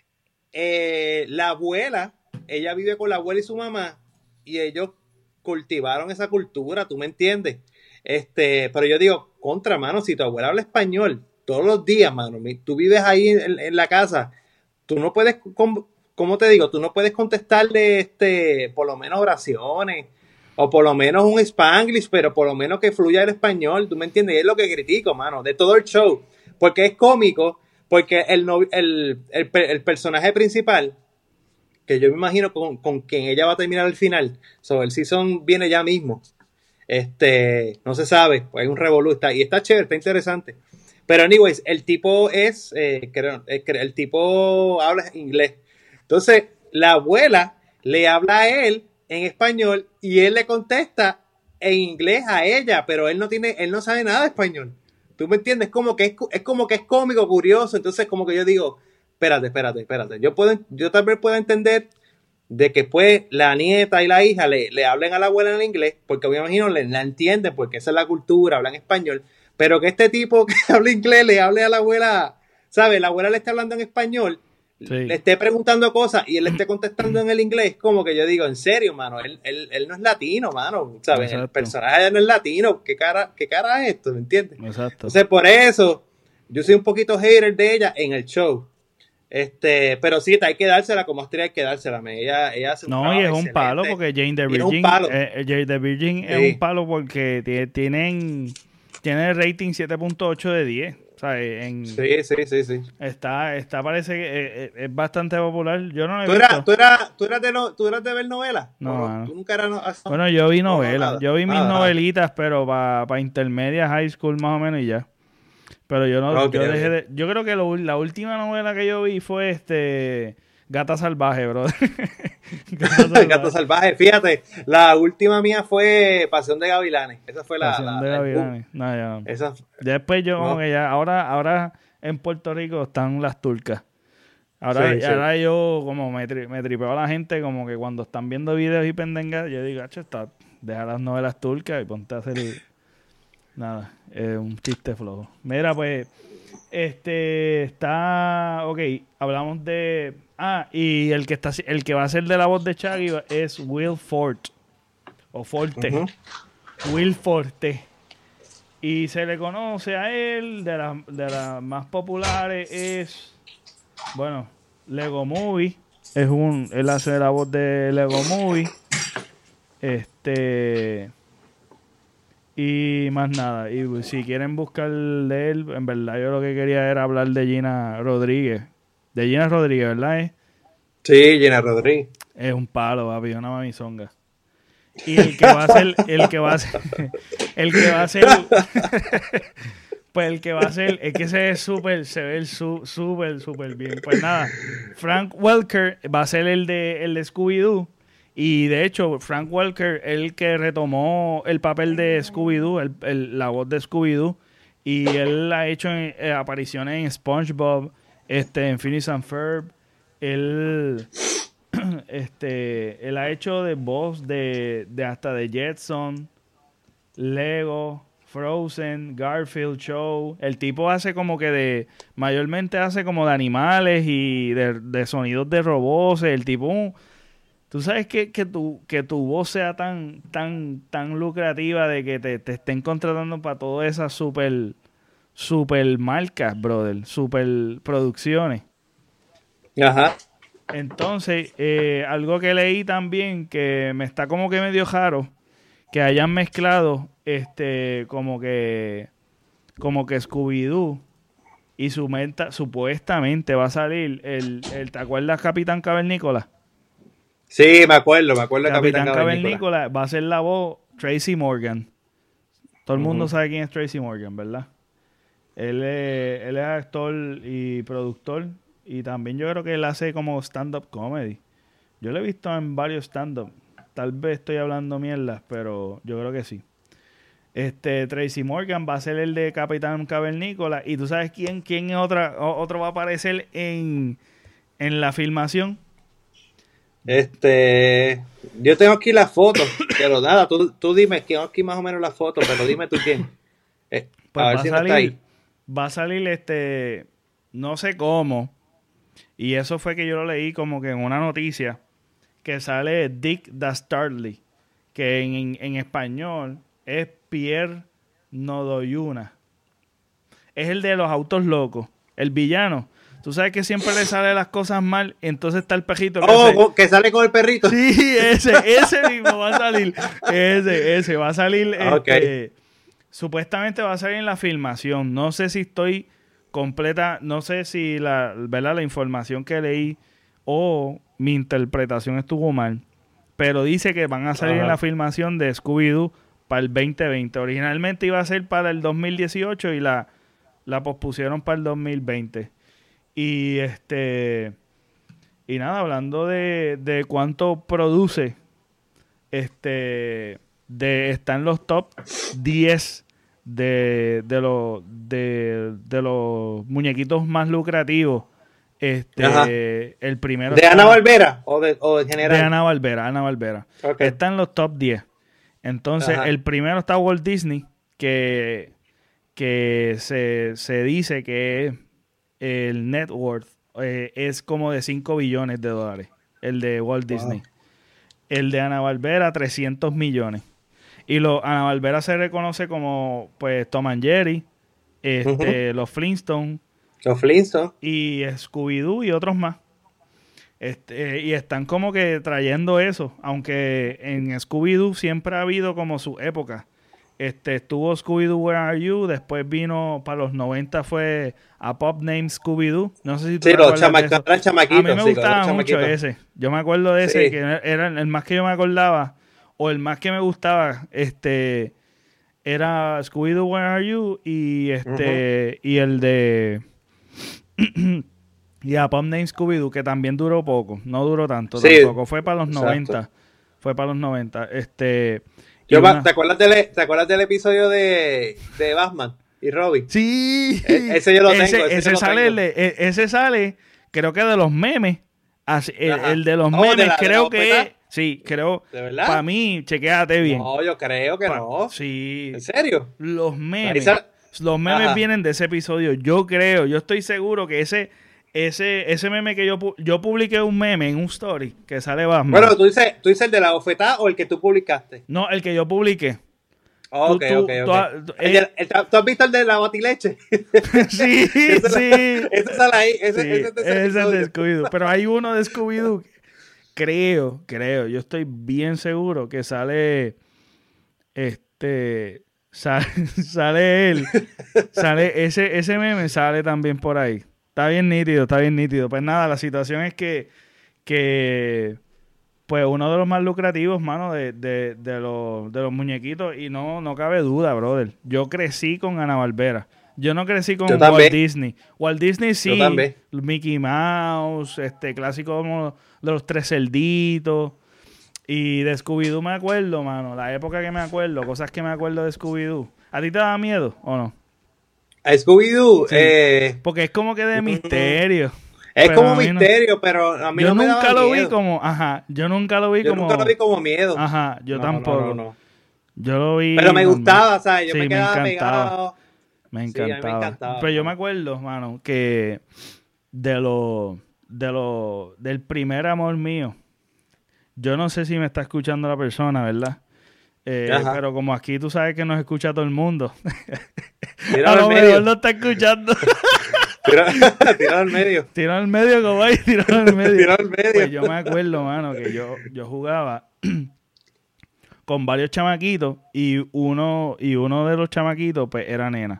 La abuela, ella vive con la abuela y su mamá, y ellos cultivaron esa cultura, ¿tú me entiendes? Pero yo digo, contra, mano, si tu abuela habla español todos los días, mano, tú vives ahí en la casa, tú no puedes, ¿cómo te digo? Tú no puedes contestarle, por lo menos oraciones, o por lo menos un Spanglish, pero por lo menos que fluya el español, ¿tú me entiendes? Y es lo que critico, mano, de todo el show, porque es cómico, porque el personaje principal, que yo me imagino con quien ella va a terminar al final, el season viene ya mismo, no se sabe, pues hay un revolú, y está chévere, está interesante. Pero anyways, el tipo el tipo habla inglés. Entonces, la abuela le habla a él en español y él le contesta en inglés a ella, pero él no sabe nada de español. ¿Tú me entiendes? Como que es como que es cómico, curioso. Entonces, como que yo digo, espérate. Yo tal vez pueda entender de que pues la nieta y la hija le hablen a la abuela en inglés, porque me imagino la entienden, porque esa es la cultura, hablan español, pero que este tipo que habla inglés le hable a la abuela, ¿sabes? La abuela le está hablando en español,
Sí.
le esté preguntando cosas y él le esté contestando en el inglés, como que yo digo, en serio, mano, él no es latino, mano, ¿sabes?
Exacto.
El personaje no es latino, ¿qué cara es esto? ¿Me entiendes?
Exacto.
Entonces, por eso, yo soy un poquito hater de ella en el show. Pero sí, hay que dársela como actriz, hay que dársela. Ella hace un
No, y es un
excelente.
palo porque Jane the
Y es un
Virgin,
palo.
Jane the Virgin
Sí.
es un palo porque tiene el rating 7.8 de 10. O sea,
Sí.
está parece que es bastante popular. Yo no lo he visto.
¿Tú eras de ver novelas?
No,
¿O
mano.
¿Tú nunca eras?
Bueno, yo vi
No,
novelas.
nada.
Yo vi mis
Nada.
novelitas, pero para intermedia, high school más o menos y ya. Pero yo no,
Ok,
yo dejé
ok.
de, yo creo que la última novela que yo vi fue Gata Salvaje, bro.
Gato Salvaje, fíjate, la última mía fue Pasión de Gavilanes. Esa fue
Pasión de Gavilanes. No, ya.
Esa,
Después yo como
no.
que ya, ahora en Puerto Rico están las turcas. Ahora,
Sí.
ahora yo como me tripeo a la gente como que cuando están viendo videos y pendengas, yo digo, deja las novelas turcas y ponte a hacer nada, un chiste flojo. Mira, pues, Ok, hablamos de... y el que va a ser de la voz de Shaggy es Will Forte. O Forte.
Ujú.
Will Forte. Y se le conoce a él, de las más populares es... Bueno, Lego Movie. Él hace la voz de Lego Movie. Y más nada. Y si quieren buscar de él, en verdad yo lo que quería era hablar de Gina Rodríguez. De Gina Rodríguez, ¿verdad?
Sí, Gina Rodríguez.
Es un palo, papi, una mamizonga. Y el que va a ser, el que va a ser, el que va a ser, pues el que va a ser, es que se ve súper bien. Pues nada, Frank Welker va a ser el de Scooby-Doo. Y de hecho, Frank Welker, el que retomó el papel de Scooby-Doo, la voz de Scooby-Doo. Y él ha hecho apariciones en SpongeBob, en Phineas and Ferb. Él ha hecho de voz de hasta de Jetson, Lego, Frozen, Garfield Show. El tipo hace como que mayormente hace como de animales y de sonidos de robots. El tipo, tú sabes que tu voz sea tan lucrativa de que te estén contratando para todas esas super marcas, brother, super producciones.
Ajá.
Entonces, algo que leí también que me está como que medio raro, que hayan mezclado como que Scooby-Doo y supuestamente va a salir ¿te acuerdas Capitán Cavernícola?
Sí, me acuerdo de
Capitán Cavernícola va a ser la voz Tracy Morgan. Todo el mundo sabe quién es Tracy Morgan, ¿verdad? Él es actor y productor. Y también yo creo que él hace como stand-up comedy. Yo lo he visto en varios stand-up. Tal vez estoy hablando mierdas, pero yo creo que sí. Tracy Morgan va a ser el de Capitán Cavernícola. Y tú sabes quién otro va a aparecer en la filmación.
Yo tengo aquí la foto, pero nada, tú dime, tengo aquí más o menos la foto, pero dime tú quién.
Pues
a ver si no está ahí.
Va a salir no sé cómo. Y eso fue que yo lo leí como que en una noticia, que sale Dick Dastardly, que en español es Pierre Nodoyuna. Es el de los autos locos, el villano. Tú sabes que siempre le sale las cosas mal, entonces está el perrito
que sale con el perrito.
Sí, ese mismo va a salir. Ese va a salir.
Okay.
Supuestamente va a salir en la filmación. No sé si estoy completa, no sé si la información que leí o mi interpretación estuvo mal, pero dice que van a salir en la filmación de Scooby-Doo para el 2020. Originalmente iba a ser para el 2018 y la pospusieron para el 2020. Y nada, hablando de cuánto produce, está en los top 10 de los muñequitos más lucrativos. El primero
¿De Hanna-Barbera o en general?
De Hanna-Barbera. Okay. Está en los top 10. Entonces, el primero está Walt Disney, que se dice que el net worth es como de $5 billones, el de Walt Disney. El de Hanna-Barbera, 300 millones. Y Hanna-Barbera se reconoce como pues Tom and Jerry, los Flintstones.
Los Flintstones.
Y Scooby-Doo y otros más. Y están como que trayendo eso. Aunque en Scooby-Doo siempre ha habido como su época. Estuvo Scooby-Doo Where Are You, después vino para los 90 fue A Pop Named Scooby-Doo. No sé si tú
te acuerdas de eso.
A mí me gustaba mucho ese. Yo me acuerdo de ese, que era el más que yo me acordaba, o el más que me gustaba, era Scooby-Doo Where Are You y y el de y A Pop Named Scooby-Doo, que también duró poco, no duró tanto tampoco, fue para los 90. Fue para los 90. ¿Te
acuerdas del episodio de Batman y Robin?
Sí.
Ese yo lo tengo.
Ese sale, creo que de los memes. El de los memes, creo que... Sí, creo.
¿De verdad?
Para mí, chequéate bien.
No, yo creo que no.
Sí.
¿En serio?
Los memes Los memes
Ajá.
vienen de ese episodio. Yo estoy seguro que ese meme que yo publiqué un meme en un story que sale Batman.
Bueno, tú dices el de la bofetada o el que tú publicaste.
No, el que yo publiqué.
Ok. ¿Tú has visto el de la batileche?
Sí, sí.
Ese sale ahí. Ese
Sí,
es de ese
ese es de
episodio.
Scooby-Doo. Pero hay uno de Scooby-Doo. Creo. Yo estoy bien seguro que sale. Sale él. Sale ese meme sale también por ahí. Está bien nítido. Pues nada, la situación es que pues uno de los más lucrativos, mano, de los muñequitos, y no cabe duda, brother. Yo crecí con Hanna-Barbera. Yo no crecí con
Yo
Walt
también.
Disney. Walt Disney
Yo
sí,
también.
Mickey Mouse, clásico como de los tres cerditos. Y de Scooby-Doo me acuerdo, mano. La época que me acuerdo, cosas que me acuerdo de Scooby-Doo. ¿A ti te da miedo o no?
A Scooby-Doo,
Sí. Porque es como que de misterio.
es
Pero
como
a mí no.
misterio, pero a mí
Yo
no me
nunca
daba
lo
miedo.
vi como, ajá, yo nunca lo vi
Yo
como,
nunca lo vi como miedo.
ajá, yo
No,
tampoco.
no.
Yo lo vi
Pero me
normal.
gustaba, ¿sabes? Yo
Sí,
me quedaba
encantaba.
pegado.
Me
Sí, a mí me
encantaba.
encantaba.
Pero yo me acuerdo, mano, que del primer amor mío, yo no sé si me está escuchando la persona, ¿verdad?
Ajá.
Pero como aquí tú sabes que nos escucha todo el mundo, a
Tíralo
lo
al
mejor
medio.
lo está escuchando.
Tíralo al medio.
Tira al medio, como ahí, tira al medio.
Tíralo al medio.
Pues yo me acuerdo, mano, que yo jugaba con varios chamaquitos y uno de los chamaquitos pues era nena.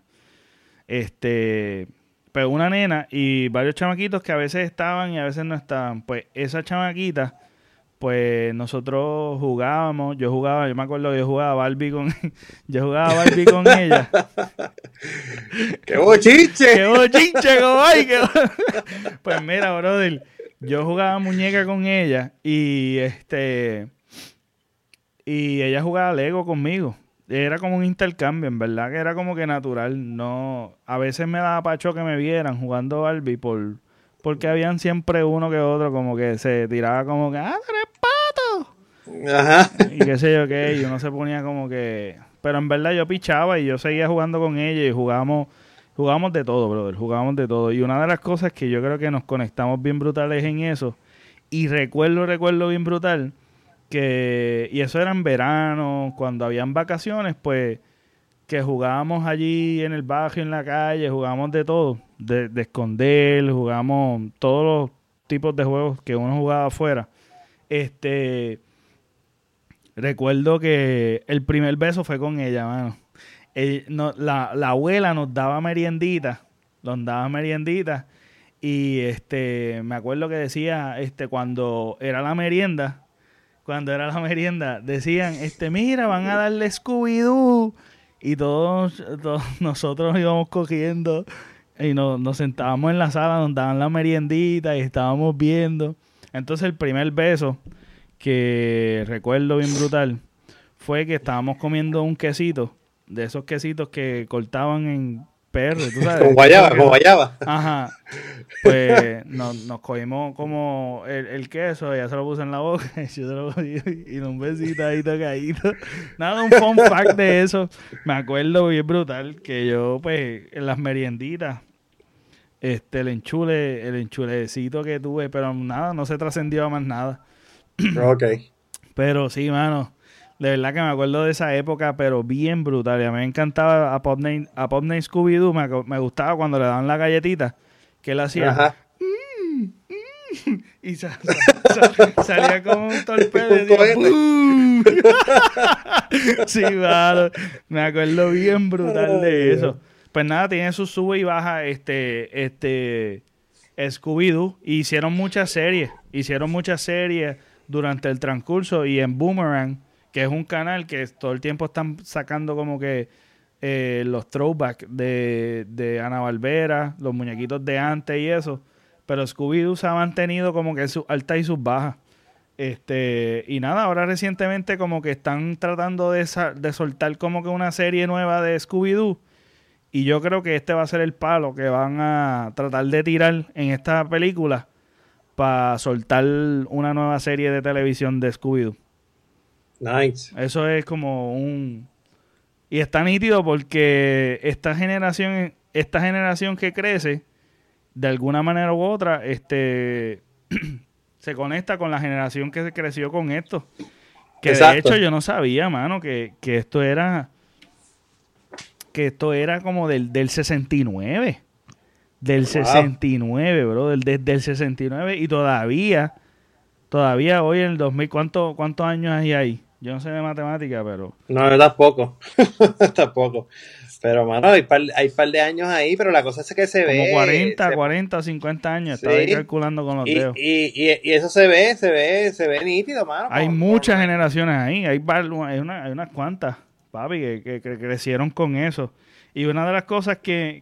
Pues una nena y varios chamaquitos que a veces estaban y a veces no estaban. Pues esa chamaquita, pues nosotros jugábamos, yo me acuerdo que yo jugaba Barbie con ella.
¡Qué bochinche!
¡Qué bochinche, comay! Pues mira, brother, yo jugaba muñeca con ella y y ella jugaba Lego conmigo. Era como un intercambio, en verdad que era como que natural. No, a veces me daba pacho que me vieran jugando Barbie porque habían siempre uno que otro como que se tiraba como que ¡ah, tú eres pato!
Ajá.
Y qué sé yo qué, y uno se ponía como que... Pero en verdad yo pichaba y yo seguía jugando con ella y jugábamos de todo, brother, jugábamos de todo. Y una de las cosas que yo creo que nos conectamos bien brutales en eso, y recuerdo bien brutal, y eso era en verano, cuando habían vacaciones, pues, que jugábamos allí en el barrio, en la calle, jugábamos de todo, de esconder, jugábamos todos los tipos de juegos que uno jugaba afuera. Recuerdo que el primer beso fue con ella, mano. La abuela nos daba meriendita, y me acuerdo que decía, cuando era la merienda, decían, mira, van a darle Scooby-Doo, y todos nosotros íbamos cogiendo y nos sentábamos en la sala, nos daban la meriendita y estábamos viendo. Entonces el primer beso que recuerdo bien brutal fue que estábamos comiendo un quesito, de esos quesitos que cortaban en perro, ¿tú sabes?
Como guayaba.
Ajá. Pues nos cogimos como el queso, ella se lo puso en la boca y yo se lo cogí y un besito ahí tocadito. Nada, un fun fact de eso. Me acuerdo bien brutal que yo, pues, en las merienditas, el enchulecito que tuve, pero nada, no se trascendió a más nada.
Ok.
Pero sí, mano, de verdad que me acuerdo de esa época, pero bien brutal. Y a mí me encantaba a Popney Scooby-Doo, me gustaba cuando le daban la galletita, que él hacía...
Ajá.
Y salía como un torpedo.
Un cohete.
Sí, mano, me acuerdo bien brutal de eso. Pues nada, tiene su sube y baja Scooby-Doo. Hicieron muchas series durante el transcurso, y en Boomerang, que es un canal que todo el tiempo están sacando como que los throwbacks de Hanna-Barbera, los muñequitos de antes y eso, pero Scooby-Doo se ha mantenido como que sus altas y sus bajas. Y nada, ahora recientemente como que están tratando de soltar como que una serie nueva de Scooby-Doo, y yo creo que va a ser el palo que van a tratar de tirar en esta película para soltar una nueva serie de televisión de Scooby-Doo.
Nice.
Eso es como un... Y está nítido porque esta generación que crece, de alguna manera u otra, se conecta con la generación que se creció con esto. Que
Exacto.
de hecho yo no sabía, mano, que esto era como del 69. Del
Wow.
69, bro. Desde el 69 y todavía hoy en el 2000, ¿cuántos años hay ahí? Yo no sé de matemática, pero...
No, yo tampoco. Tampoco. Pero, mano, hay par de años ahí, pero la cosa es que se
como
ve...
40, 50 años.
Sí.
Estaba ahí calculando con los dedos.
Y eso se ve nítido, mano.
Hay muchas generaciones ahí. Hay unas cuantas, papi, que crecieron con eso. Y una de las cosas que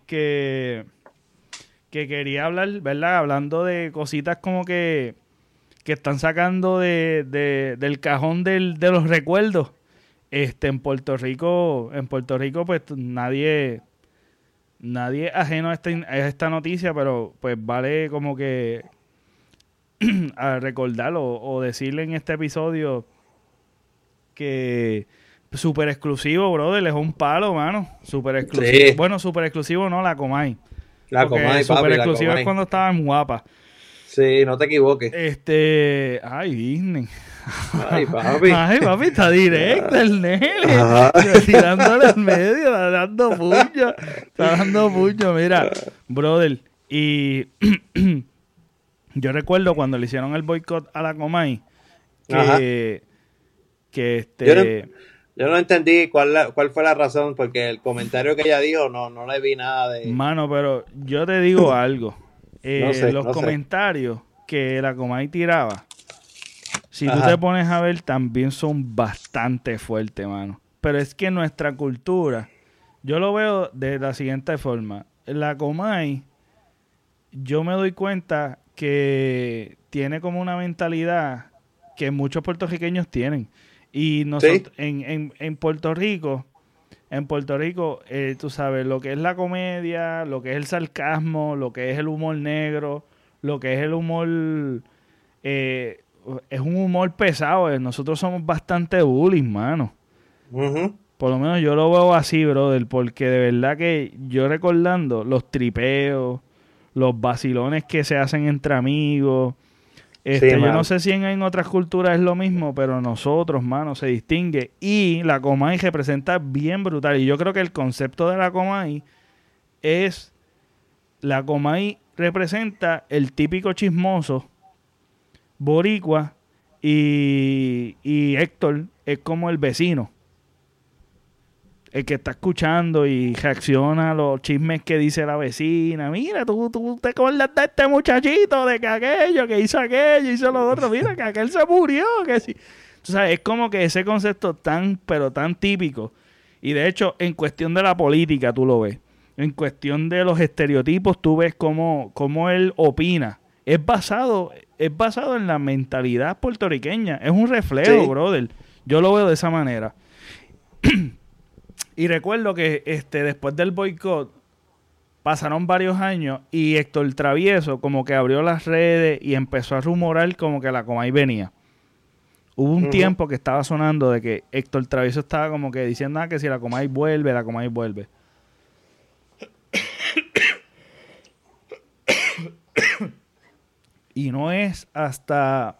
quería hablar, ¿verdad? Hablando de cositas como que están sacando del cajón de los recuerdos. En Puerto Rico, pues nadie ajeno a esta noticia, pero pues vale como que a recordarlo o decirle en este episodio que súper exclusivo, brother, es un palo, mano. Súper exclusivo.
Sí.
Bueno, súper exclusivo no, la Comay.
La Comay, papi,
súper
la
exclusivo es
Comay.
cuando estaban guapas.
Sí, no te equivoques.
Ay, Disney.
Ay, papi.
Ay, papi, está directo el nene.
Ajá.
Tirándole al medio, está dando puño. Mira, brother. Y yo recuerdo cuando le hicieron el boicot a la Comay, que
Yo no entendí cuál fue la razón, porque el comentario que ella dijo no le vi nada de...
Mano, pero yo te digo algo. Los
no sé.
comentarios que la Comay tiraba, si tú
Ajá.
te pones a ver, también son bastante fuertes, mano. Pero es que nuestra cultura, yo lo veo de la siguiente forma. La Comay, yo me doy cuenta que tiene como una mentalidad que muchos puertorriqueños tienen. Y nosotros,
¿Sí?
en Puerto Rico, tú sabes, lo que es la comedia, lo que es el sarcasmo, lo que es el humor negro, lo que es el humor... es un humor pesado. Nosotros somos bastante bullies, mano.
Uh-huh.
Por lo menos yo lo veo así, brother, porque de verdad que yo recordando los tripeos, los vacilones que se hacen entre amigos...
Sí,
yo
mano.
no sé si en otras culturas es lo mismo, pero nosotros, mano, se distingue. Y la Comay representa bien brutal. Y yo creo que el concepto de la Comay es... La Comay representa el típico chismoso boricua y Héctor es como el vecino. El que está escuchando y reacciona a los chismes que dice la vecina. Mira, tú te acuerdas de este muchachito, de que aquello, que hizo aquello, hizo lo otro. Mira, que aquel se murió, que sí. Tú sabes, es como que ese concepto pero tan típico. Y de hecho, en cuestión de la política, tú lo ves. En cuestión de los estereotipos, tú ves cómo él opina. Es basado en la mentalidad puertorriqueña. Es un reflejo,
Sí.
brother. Yo lo veo de esa manera. Y recuerdo que después del boicot pasaron varios años y Héctor Travieso como que abrió las redes y empezó a rumorar como que la Comay venía. Hubo un tiempo que estaba sonando de que Héctor Travieso estaba como que diciendo que si la Comay vuelve, la Comay vuelve. Y no es hasta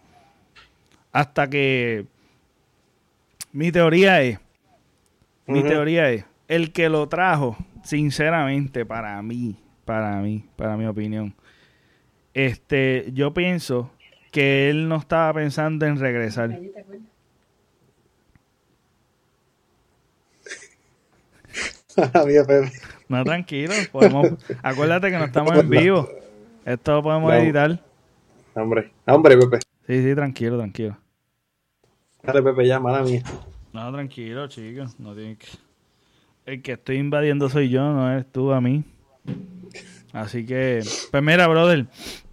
que mi teoría es el que lo trajo, sinceramente, para mi opinión. Yo pienso que él no estaba pensando en regresar.
Amigo Pepe.
No, tranquilo, acuérdate que no estamos en vivo. Esto lo podemos editar.
Hombre, Pepe.
Sí, tranquilo.
Dale, Pepe, ya, mala mía.
No, tranquilo, chicos. No tiene que... El que estoy invadiendo soy yo, no eres tú a mí. Así que, pues mira, brother.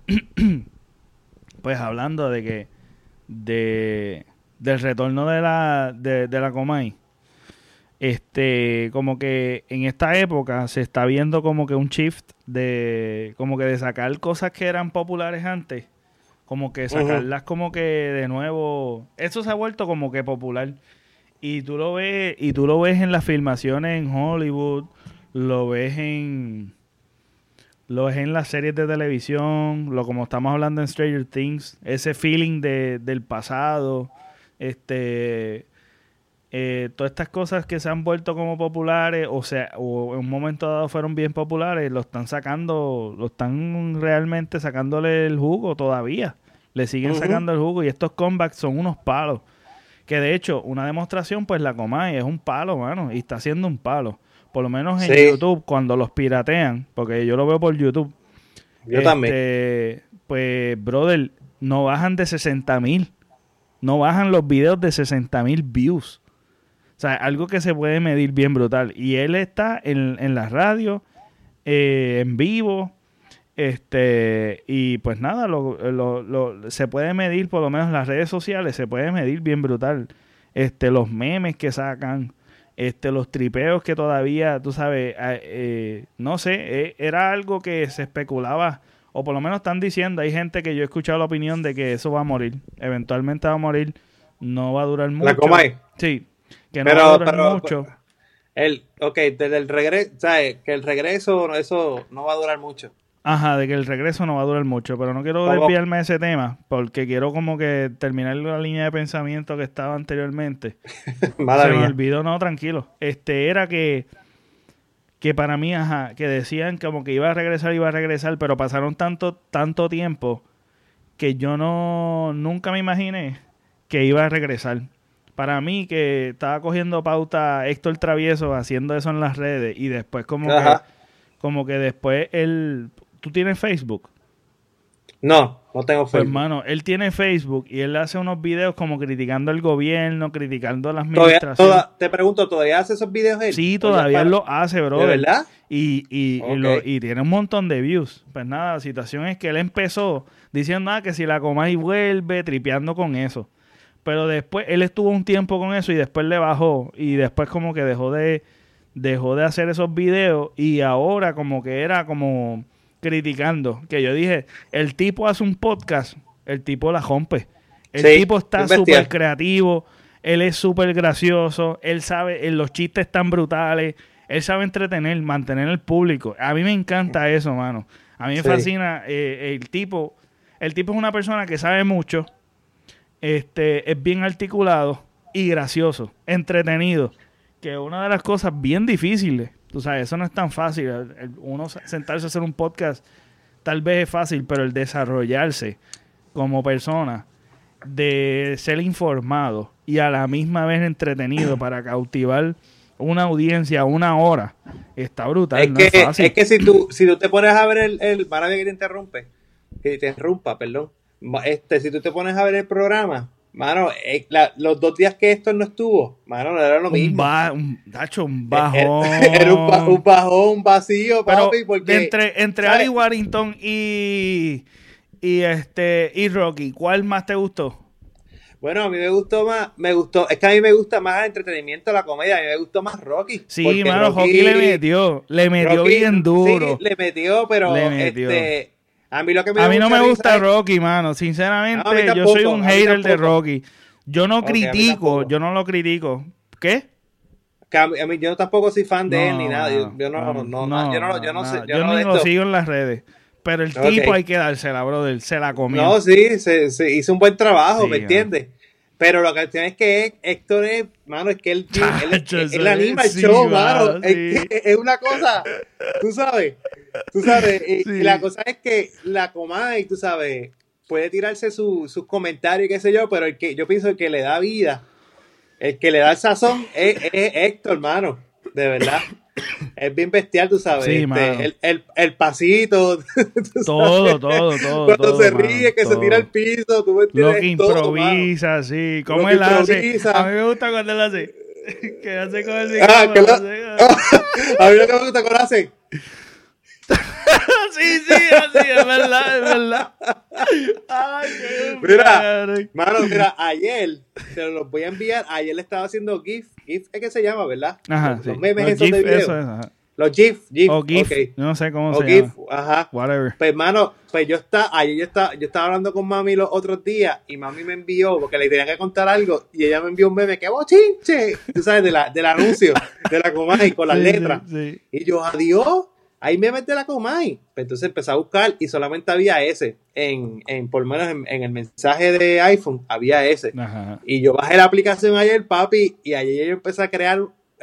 Pues hablando de que del retorno de la Comay, como que en esta época se está viendo como que un shift de sacar cosas que eran populares antes, como que sacarlas como que de nuevo. Eso se ha vuelto como que popular. Y tú lo ves en las filmaciones en Hollywood, lo ves en las series de televisión, como estamos hablando en Stranger Things, ese feeling del pasado, todas estas cosas que se han vuelto como populares, o en un momento dado fueron bien populares, lo están realmente sacándole el jugo todavía. Le siguen sacando el jugo y estos comebacks son unos palos. Que de hecho, una demostración, pues la Comay es un palo, mano, y está haciendo un palo. Por lo menos en YouTube, cuando los piratean, porque yo lo veo por YouTube.
Yo también.
Pues, brother, no bajan de 60,000. No bajan los videos de 60,000 views. O sea, algo que se puede medir bien brutal. Y él está en la radio, en vivo. Y pues nada, se puede medir, por lo menos en las redes sociales, se puede medir bien brutal. Los memes que sacan, los tripeos que todavía, tú sabes, no sé, era algo que se especulaba, o por lo menos están diciendo, hay gente que yo he escuchado la opinión de que eso va a morir, eventualmente va a morir, no va a durar mucho.
¿La Comay?
Sí, que no va a durar mucho.
Desde el regreso, ¿sabes? Que el regreso, eso no va a durar mucho.
Ajá, de que el regreso no va a durar mucho, pero no quiero desviarme de ese tema, porque quiero como que terminar la línea de pensamiento que estaba anteriormente. Se me olvidó, no, tranquilo. Era que para mí, que decían como que iba a regresar, pero pasaron tanto tiempo que yo nunca me imaginé que iba a regresar. Para mí, que estaba cogiendo pauta Héctor Travieso haciendo eso en las redes, y después como que después ¿Tú tienes Facebook?
No tengo Facebook.
Pues, hermano, él tiene Facebook y él hace unos videos como criticando al gobierno, criticando a las administraciones.
Te pregunto, ¿todavía hace esos videos él?
Sí, todavía él lo hace, bro.
¿De verdad?
Y tiene un montón de views. Pues nada, la situación es que él empezó diciendo que si la Comay vuelve, tripeando con eso. Pero después, él estuvo un tiempo con eso y después le bajó. Y después como que dejó de hacer esos videos y ahora como que era como criticando, que yo dije, el tipo hace un podcast, el tipo la rompe, el tipo está súper creativo, él es súper gracioso, él sabe, los chistes están brutales, él sabe entretener, mantener el público. A mí me encanta eso, mano. A mí me fascina. El tipo es una persona que sabe mucho, es bien articulado y gracioso, entretenido, que es una de las cosas bien difíciles. Tú sabes, eso no es tan fácil. Uno sentarse a hacer un podcast tal vez es fácil, pero el desarrollarse como persona, de ser informado y a la misma vez entretenido para cautivar una audiencia 1 hora, está brutal. No es fácil.
Es que si tú te pones a ver maravilla que te interrumpa, perdón. Si tú te pones a ver el programa, mano, los 2 días que esto no estuvo, mano, no era lo mismo.
Un bajón.
Era un bajón, un vacío, papi.
Pero porque entre Ali Warrington y Rocky, ¿cuál más te gustó?
Bueno, a mí es que a mí me gusta más el entretenimiento, la comedia, a mí me gustó más Rocky.
Sí, mano, Rocky le metió Rocky, bien duro.
Sí, le metió, pero a mí
no me gusta Rocky, mano. Sinceramente, no, yo soy un hater de Rocky. Yo no lo critico. ¿Qué?
Que a mí yo tampoco soy fan de él ni nada. Yo no sé.
Yo ni lo sigo en las redes. Pero el tipo hay que dársela, brother. Se la comió.
No, sí, se hizo un buen trabajo, ¿me entiendes? Pero lo que tiene es que Héctor es, mano, es que él anima el show, mano. Es una cosa, tú sabes. Y la cosa es que la Comay, tú sabes, puede tirarse sus comentarios y qué sé yo, pero yo pienso que le da vida, el que le da el sazón es Héctor, mano, de verdad. Es bien bestial, tú sabes.
Sí,
el pasito.
Todo.
Cuando se ríe, que se tira al piso, tú me entiendes.
Lo que improvisa, sí. ¿Cómo él hace? A mí me gusta cuando él hace. Que hace con el micrófono.
A mí lo que me gusta cuando hace.
Sí, así, es verdad. Ay,
mira, ayer, te los voy a enviar, ayer le estaba haciendo GIF es que se llama, ¿verdad?
Ajá,
los memes esos de video. Los GIF,
o GIF,
okay.
No sé cómo
o
se
GIF,
llama.
Ajá.
Whatever.
Pues, hermano, pues yo estaba hablando con mami los otros días y mami me envió, porque le tenía que contar algo, y ella me envió un meme, ¡qué bochinche! Tú sabes, del anuncio, de la Comay, con las letras.
Sí.
Y yo, adiós, hay memes de la Comay. Pues entonces empecé a buscar y solamente había ese. Por lo menos en el mensaje de iPhone, había ese.
Ajá.
Y yo bajé la aplicación ayer, papi, y ayer yo empecé a crear,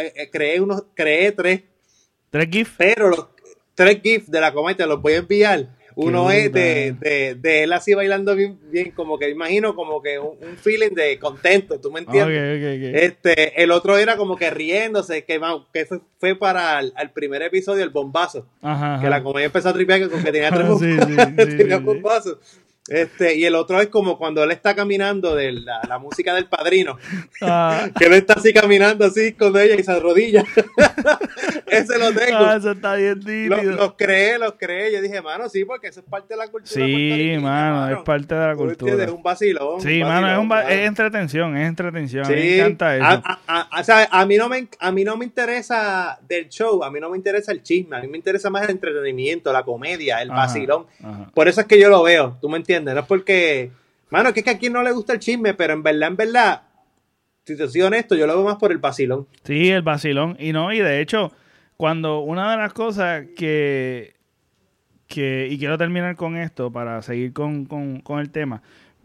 creé tres.
¿3 GIF?
Pero los 3 GIFs de la Comay te los voy a enviar. Uno es de él así bailando bien, como que imagino como que un feeling de contento, ¿tú me entiendes?
Okay.
El otro era como que riéndose, que fue para el primer episodio, el bombazo.
Ajá.
Que la Comay empezó a tripear con que tenía tres bombazos. Y el otro es como cuando él está caminando de la música del Padrino, que él está así caminando así con ella y se arrodilla. Ese lo tengo.
Eso está bien nítido.
Los creé. Yo dije, mano, sí, porque eso es parte de la cultura.
Sí, mano, es parte de la cultura.
Es un vacilón.
Sí, mano, es entretención. Sí. A mí me encanta eso.
¿Sabes? A mí no me interesa del show, a mí no me interesa el chisme, a mí me interesa más el entretenimiento, la comedia, el vacilón. Ajá. Por eso es que yo lo veo, ¿tú me entiendes? No es porque, mano, que es que a quien no le gusta el chisme, pero en verdad, si te soy honesto, yo lo veo más por el vacilón.
Sí, el vacilón. Y de hecho, cuando una de las cosas y quiero terminar con esto para seguir con el tema,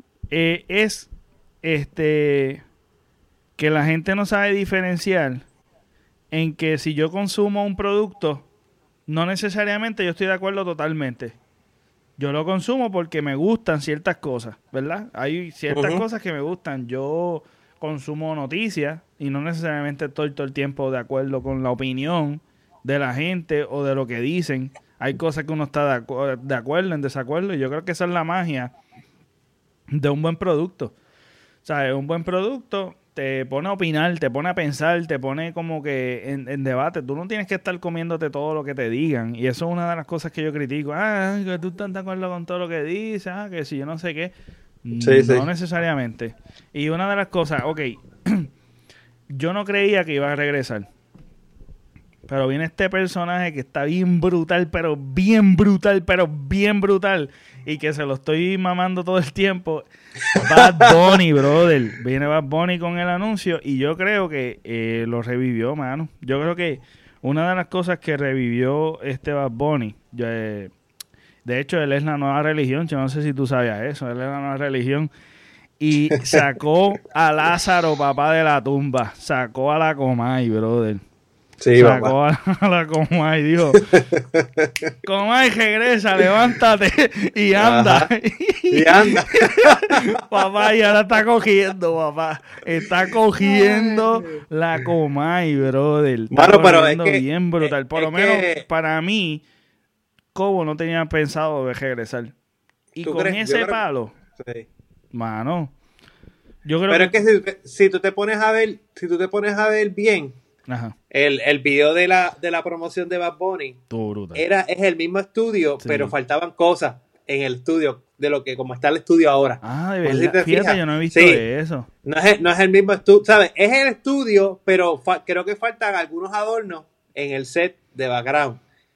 es que la gente no sabe diferenciar en que si yo consumo un producto, no necesariamente yo estoy de acuerdo totalmente. Yo lo consumo porque me gustan ciertas cosas, ¿verdad? Hay ciertas cosas que me gustan. Yo consumo noticias y no necesariamente estoy todo el tiempo de acuerdo con la opinión de la gente o de lo que dicen. Hay cosas que uno está de acuerdo, en desacuerdo, y yo creo que esa es la magia de un buen producto. O sea, un buen producto te pone a opinar, te pone a pensar, te pone como que en debate. Tú no tienes que estar comiéndote todo lo que te digan. Y eso es una de las cosas que yo critico. Que tú estás de acuerdo con todo lo que dices, que si yo no sé qué. No necesariamente. Y una de las cosas, yo no creía que iba a regresar. Pero viene este personaje que está bien brutal, pero bien brutal. Y que se lo estoy mamando todo el tiempo. Bad Bunny, brother. Viene Bad Bunny con el anuncio y yo creo que lo revivió, mano. Yo creo que una de las cosas que revivió Bad Bunny, de hecho, él es la nueva religión. Yo no sé si tú sabías eso. Él es la nueva religión. Y sacó a Lázaro, papá, de la tumba. Sacó a la Comay, brother.
Sí,
sacó a la Comay, dijo, Comay, regresa, levántate y anda.
Y anda.
Papá, y ahora está cogiendo, papá. Está cogiendo la Comay, brother. Está
pero es que,
bien brutal. Por lo menos, para mí, Cobo no tenía pensado de regresar. Y con ese palo, mano, yo creo
pero es que si tú te pones a ver bien,
ajá,
el video de la promoción de Bad Bunny es el mismo estudio, pero faltaban cosas en el estudio de lo que como está el estudio ahora.
De verdad, fíjate, yo no he visto eso.
No es el mismo estudio, ¿sabes? Es el estudio, pero creo que faltan algunos adornos en el set de background.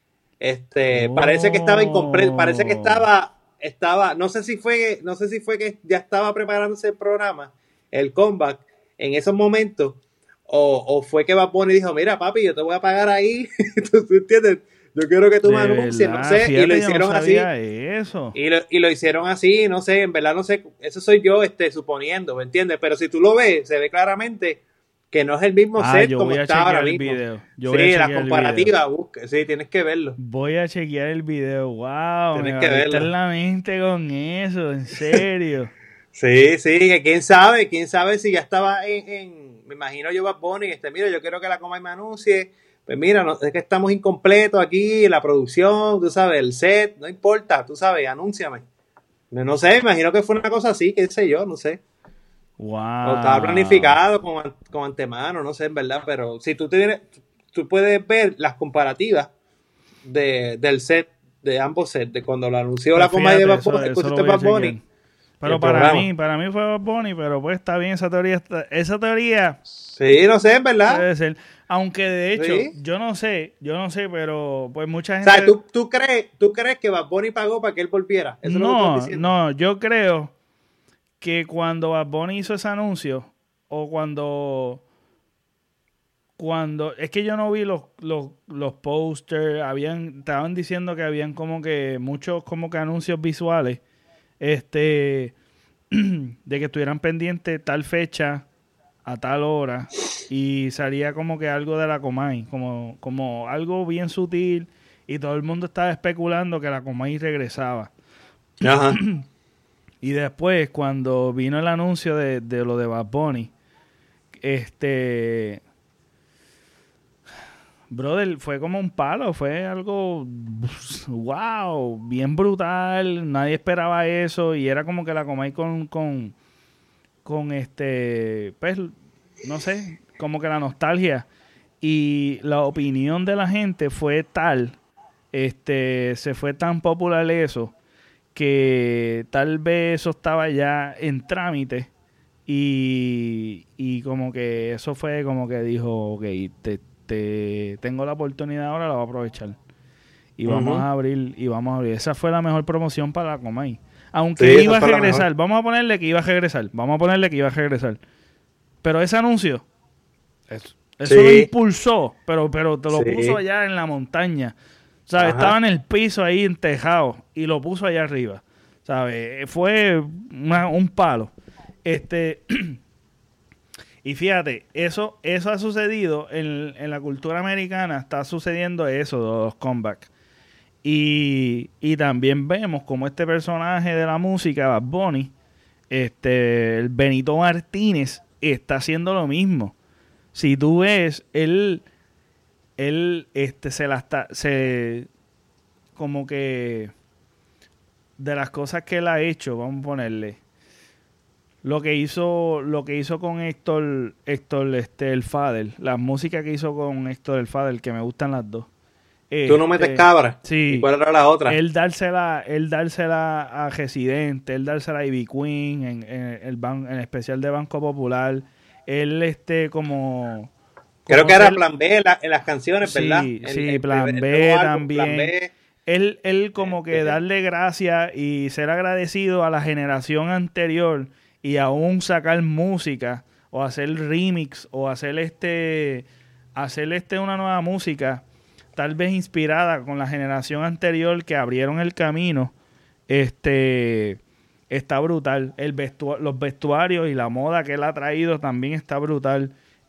Parece que estaba incompleto, parece que estaba, no sé si fue que ya estaba preparándose el programa, el comeback en esos momentos. O fue que Bad Bunny dijo, mira papi, yo te voy a pagar ahí. ¿Tú entiendes? Yo quiero que tú me anuncies, no sé. Y lo hicieron así.
Eso.
Y lo hicieron así, no sé, en verdad no sé. Eso soy yo suponiendo, ¿me entiendes? Pero si tú lo ves, se ve claramente que no es el mismo set como está ahora mismo. La comparativa, sí, tienes que verlo.
Voy a chequear el video. Wow,
tienes que verlo.
En la mente con eso, en serio.
Sí, que quién sabe si ya estaba me imagino yo Bad Bunny, mira, yo quiero que la Comay me anuncie, pues mira, es que estamos incompletos aquí, la producción, tú sabes, el set, no importa, tú sabes, anúnciame. No sé, imagino que fue una cosa así, qué sé yo, no sé.
Wow.
O estaba planificado con antemano, no sé, en verdad, pero si tú puedes ver las comparativas del set, de ambos sets, de cuando lo anunció la Comay de Bad Bunny.
Pero para mí fue Bad Bunny, pero pues está bien esa teoría. Sí,
no sé, en verdad.
Puede ser. Aunque de hecho,
¿Sí?
yo no sé, pero pues mucha
O sea,
gente...
¿tú crees que Bad Bunny pagó para que él volviera? Eso es lo que tú estás
No,
diciendo.
no, yo creo que cuando Bad Bunny hizo ese anuncio, o cuando es que yo no vi los posters, estaban diciendo que habían como que muchos como que anuncios visuales, este, de que estuvieran pendientes tal fecha a tal hora y salía como que algo de la Comay, como algo bien sutil y todo el mundo estaba especulando que la Comay regresaba.
Ajá.
Y después cuando vino el anuncio de lo de Bad Bunny, este brother, fue como un palo, fue algo, wow, bien brutal, nadie esperaba eso y era como que la Comay con pues, no sé, como que la nostalgia y la opinión de la gente fue tal, se fue tan popular eso, que tal vez eso estaba ya en trámite y como que eso fue como que dijo, ok, tengo la oportunidad ahora, la voy a aprovechar.
Ujú.
Y vamos a abrir. Esa fue la mejor promoción para la Comay.
Sí,
Aunque
esa
iba a
fue la mejor.
regresar, vamos a ponerle que iba a regresar, vamos a ponerle que iba a regresar. Pero ese anuncio, eso lo
Sí,
impulsó, pero te lo puso
sí.
allá en la montaña. ¿Sabes? Estaba
Ajá.
en el piso ahí en tejado y lo puso allá arriba. ¿Sabes? Fue un palo. Este, y fíjate, eso ha sucedido en la cultura americana, está sucediendo eso, los comebacks. Y también vemos como este personaje de la música, Bad Bunny, el Benito Martínez, está haciendo lo mismo. Si tú ves, él como que de las cosas que él ha hecho, vamos a ponerle, lo que hizo con Héctor el Fader, la música que hizo con Héctor el Fader, que me gustan las dos.
Tú no metes cabra. ¿Y
Sí,
cuál era la otra?
él dársela a Residente, él dársela a Ivy Queen en especial de Banco Popular, él
Creo
como
que era
ser,
Plan B en las canciones, ¿verdad?
sí, sí, Plan
El nuevo
B
álbum, Plan
también.
B.
Él como que
Este,
darle gracias y ser agradecido a la generación anterior y aún sacar música o hacer remix o hacer una nueva música tal vez inspirada con la generación anterior que abrieron el camino, está brutal. Los vestuarios y la moda que él ha traído también está brutal.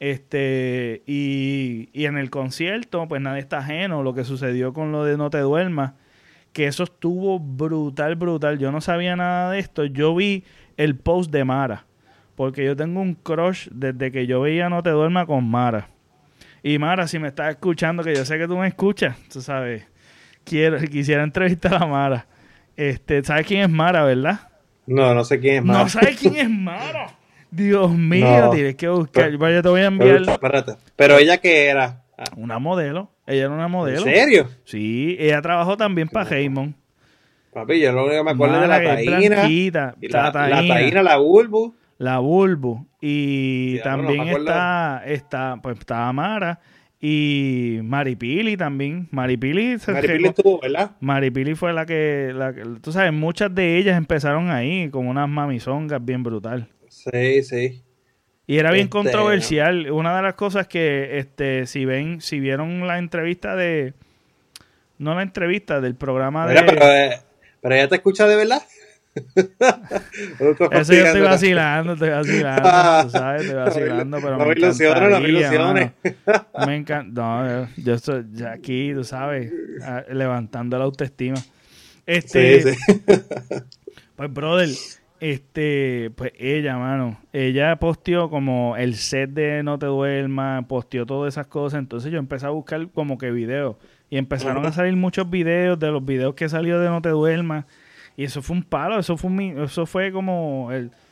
Y en el concierto, pues nadie está ajeno. Lo que sucedió con lo de No Te Duermas, que eso estuvo brutal, brutal. Yo no sabía nada de esto. Yo vi el post de Mara, porque yo tengo un crush desde que yo veía No Te Duermas con Mara. Y Mara, si me estás escuchando, que yo sé que tú me escuchas, tú sabes, quisiera entrevistar a Mara. ¿Sabes quién es Mara, verdad?
no, no sé quién es
¿No
Mara.
sabes quién es Mara? Dios mío,
No.
tienes que buscar.
Pero,
Yo te voy a enviar
espérate. Pero ella que era. Ah,
una modelo. Ella era una
¿en
modelo.
serio?
Sí, ella trabajó también para Raymond.
Papi, yo lo único que me acuerdo es de
Mara,
la
que es
taína.
blanquita,
Y la
Tataína,
taína, la bulbu.
la Bulbu. Y
Diablo, no me
también
acuerdo.
pues está Mara y Maripili también.
Maripili estuvo, ¿verdad?
Maripili fue tú sabes, muchas de ellas empezaron ahí con unas mamizongas bien brutal.
Sí, sí.
Y era bien
Este.
controversial. Una de las cosas que, si vieron la entrevista no la entrevista, del programa
Mira,
de...
pero ella te escucha de verdad. No estoy
Eso yo
fastidiándola.
estoy vacilando, tú sabes, estoy vacilando, pero
No
me
me ilusiones, no me
encantaría,
ilusiones.
mano. Me encanta. No, yo estoy ya aquí, tú sabes, levantando la autoestima.
Sí,
Este,
sí.
pues, brother, pues ella, mano, ella posteó como el set de No Te Duermas, posteó todas esas cosas, entonces yo empecé a buscar como que videos y empezaron a
Ujú.
salir muchos videos de los videos que salió de No Te Duermas y eso fue un palo, eso fue como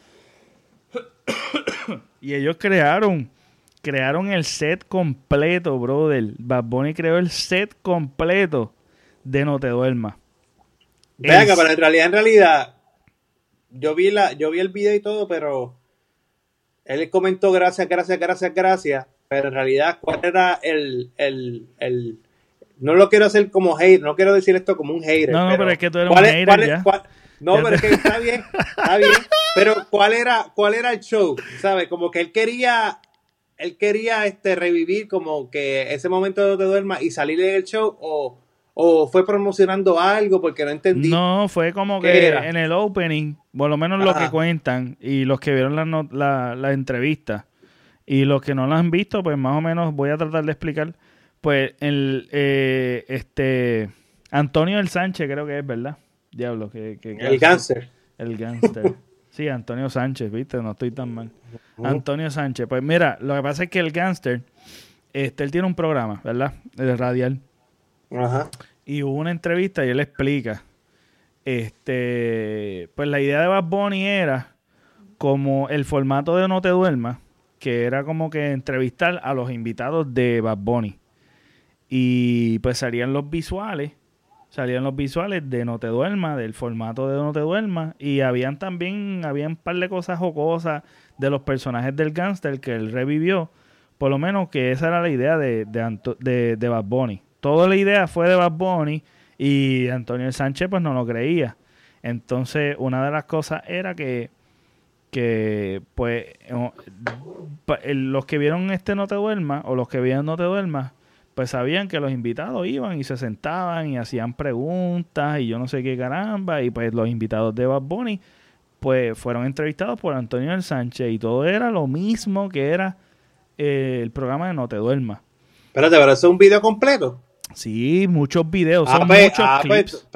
y ellos crearon el set completo, brother. Bad Bunny creó el set completo de No Te Duermas. El,
Venga, pero en realidad, yo vi el video y todo, pero él comentó gracias, gracias, gracias, gracias. pero en realidad, ¿cuál era no lo quiero hacer como hater, no quiero decir esto como un hater.
No,
pero
es que tú eres un hater ya.
No, pero es que está bien, pero ¿cuál era el show? ¿Sabes? Como que él quería revivir como que ese momento de No Te Duermas y salir en el show, o fue promocionando algo, porque no entendí.
No, fue como que en el opening, por lo menos lo que cuentan y los que vieron la entrevista y los que no la han visto, pues más o menos voy a tratar de explicar. Pues Antonio el Sánchez, creo que es, ¿verdad? Diablo,
el gánster.
El gánster. Sí, Antonio Sánchez, ¿viste? No estoy tan mal. Antonio Sánchez. Pues mira, lo que pasa es que el gánster, él tiene un programa, ¿verdad? El radial.
Ajá.
Y hubo una entrevista y él explica. Pues la idea de Bad Bunny era como el formato de No Te Duermas, que era como que entrevistar a los invitados de Bad Bunny. Y pues salían los visuales de No Te Duermas, del formato de No Te Duermas, y habían un par de cosas jocosas de los personajes del gangster que él revivió, por lo menos que esa era la idea de Bad Bunny. Toda la idea fue de Bad Bunny y Antonio Sánchez pues no lo creía. Entonces una de las cosas era que pues los que vieron No Te Duermas, o los que vieron No Te Duermas, pues sabían que los invitados iban y se sentaban y hacían preguntas y yo no sé qué caramba, y pues los invitados de Bad Bunny pues fueron entrevistados por Antonio Sánchez y todo era lo mismo que era el programa de No Te Duermas.
Espérate, pero eso es un video completo.
Sí, muchos videos, son muchos clips.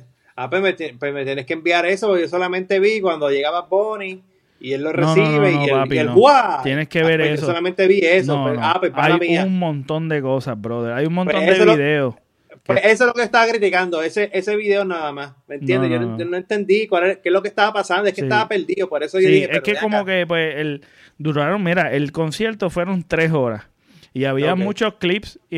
Me tienes que enviar eso, porque yo solamente vi cuando llegaba Bad Bunny y él lo recibe y el ¡guau!
Tienes que ver eso.
Yo solamente vi eso.
Hay un montón de cosas, brother. Hay un montón de videos.
Eso es lo que estaba criticando, ese video nada más. ¿Me entiendes? Yo no entendí qué es lo que estaba pasando. Es que estaba perdido, por eso yo dije...
Es que como que pues el concierto fueron 3 horas. Y había muchos clips, y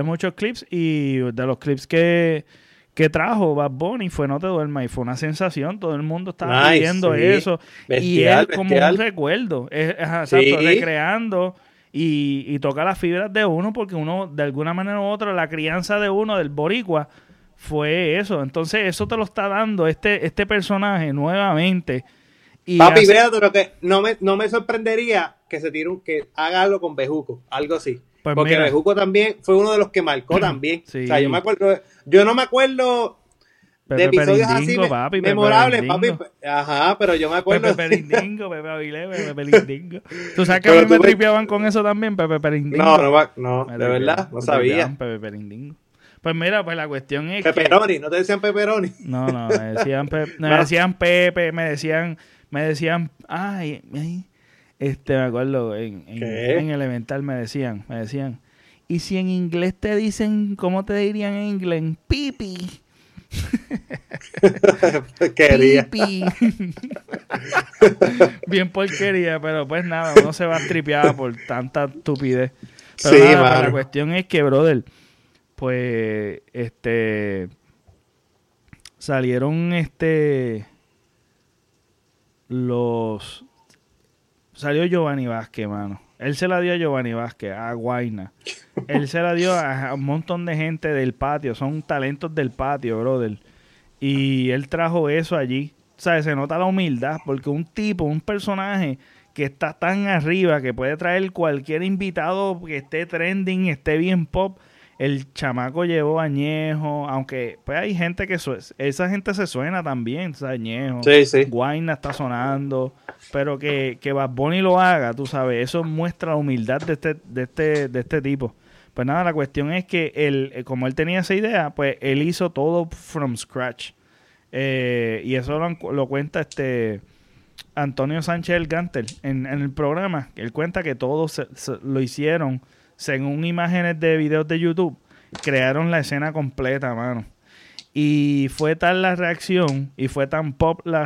de los clips que trajo Bad Bunny fue No Te Duermas, y fue una sensación, todo el mundo estaba pidiendo eso, y él como un recuerdo, recreando y toca las fibras de uno, porque uno de alguna manera u otra, la crianza de uno, del boricua, fue eso. Entonces eso te lo está dando este personaje nuevamente. Y
papi, véate, lo que no me sorprendería que haga algo con Bejuco, algo así. Pues porque Bejuco también fue uno de los que marcó también. Sí. O sea, yo no me acuerdo de episodios así memorables, papi. Ajá, pero yo me acuerdo.
Pepe Perindingo, Pepe Avilés, Pepe Perindingo. ¿Tú sabes que a mí me tripeaban con eso también, Pepe Perindingo?
No, de verdad, no sabía.
Pepe Perindingo. Pues mira, pues la cuestión es
Pepperoni, ¿no te decían Pepperoni?
No, me decían Pepe, me decían, ay, me acuerdo, en elemental me decían, y si en inglés te dicen, ¿cómo te dirían en inglés? Pipi. Pipi. Bien porquería, pero pues nada, uno se va tripeado por tanta estupidez. Pero
sí,
nada, la cuestión es que, brother, pues, salieron, salió Giovanni Vázquez, mano. Él se la dio a Giovanni Vázquez, a Guayna. Él se la dio a un montón de gente del patio. Son talentos del patio, brother. Y él trajo eso allí. O sea, se nota la humildad, porque un personaje que está tan arriba, que puede traer cualquier invitado que esté trending, esté bien pop. El chamaco llevó Añejo, aunque pues hay gente esa gente se suena también, o sea, Añejo,
sí.
Guayna está sonando, pero que Bad Bunny lo haga, tú sabes, eso muestra la humildad de este tipo. Pues nada, la cuestión es que él, como él tenía esa idea, pues él hizo todo from scratch. Y eso lo cuenta Antonio Sánchez el Gantel en el programa. Él cuenta que todos lo hicieron según imágenes de videos de YouTube. Crearon la escena completa, mano. Y fue tal la reacción, y fue tan popular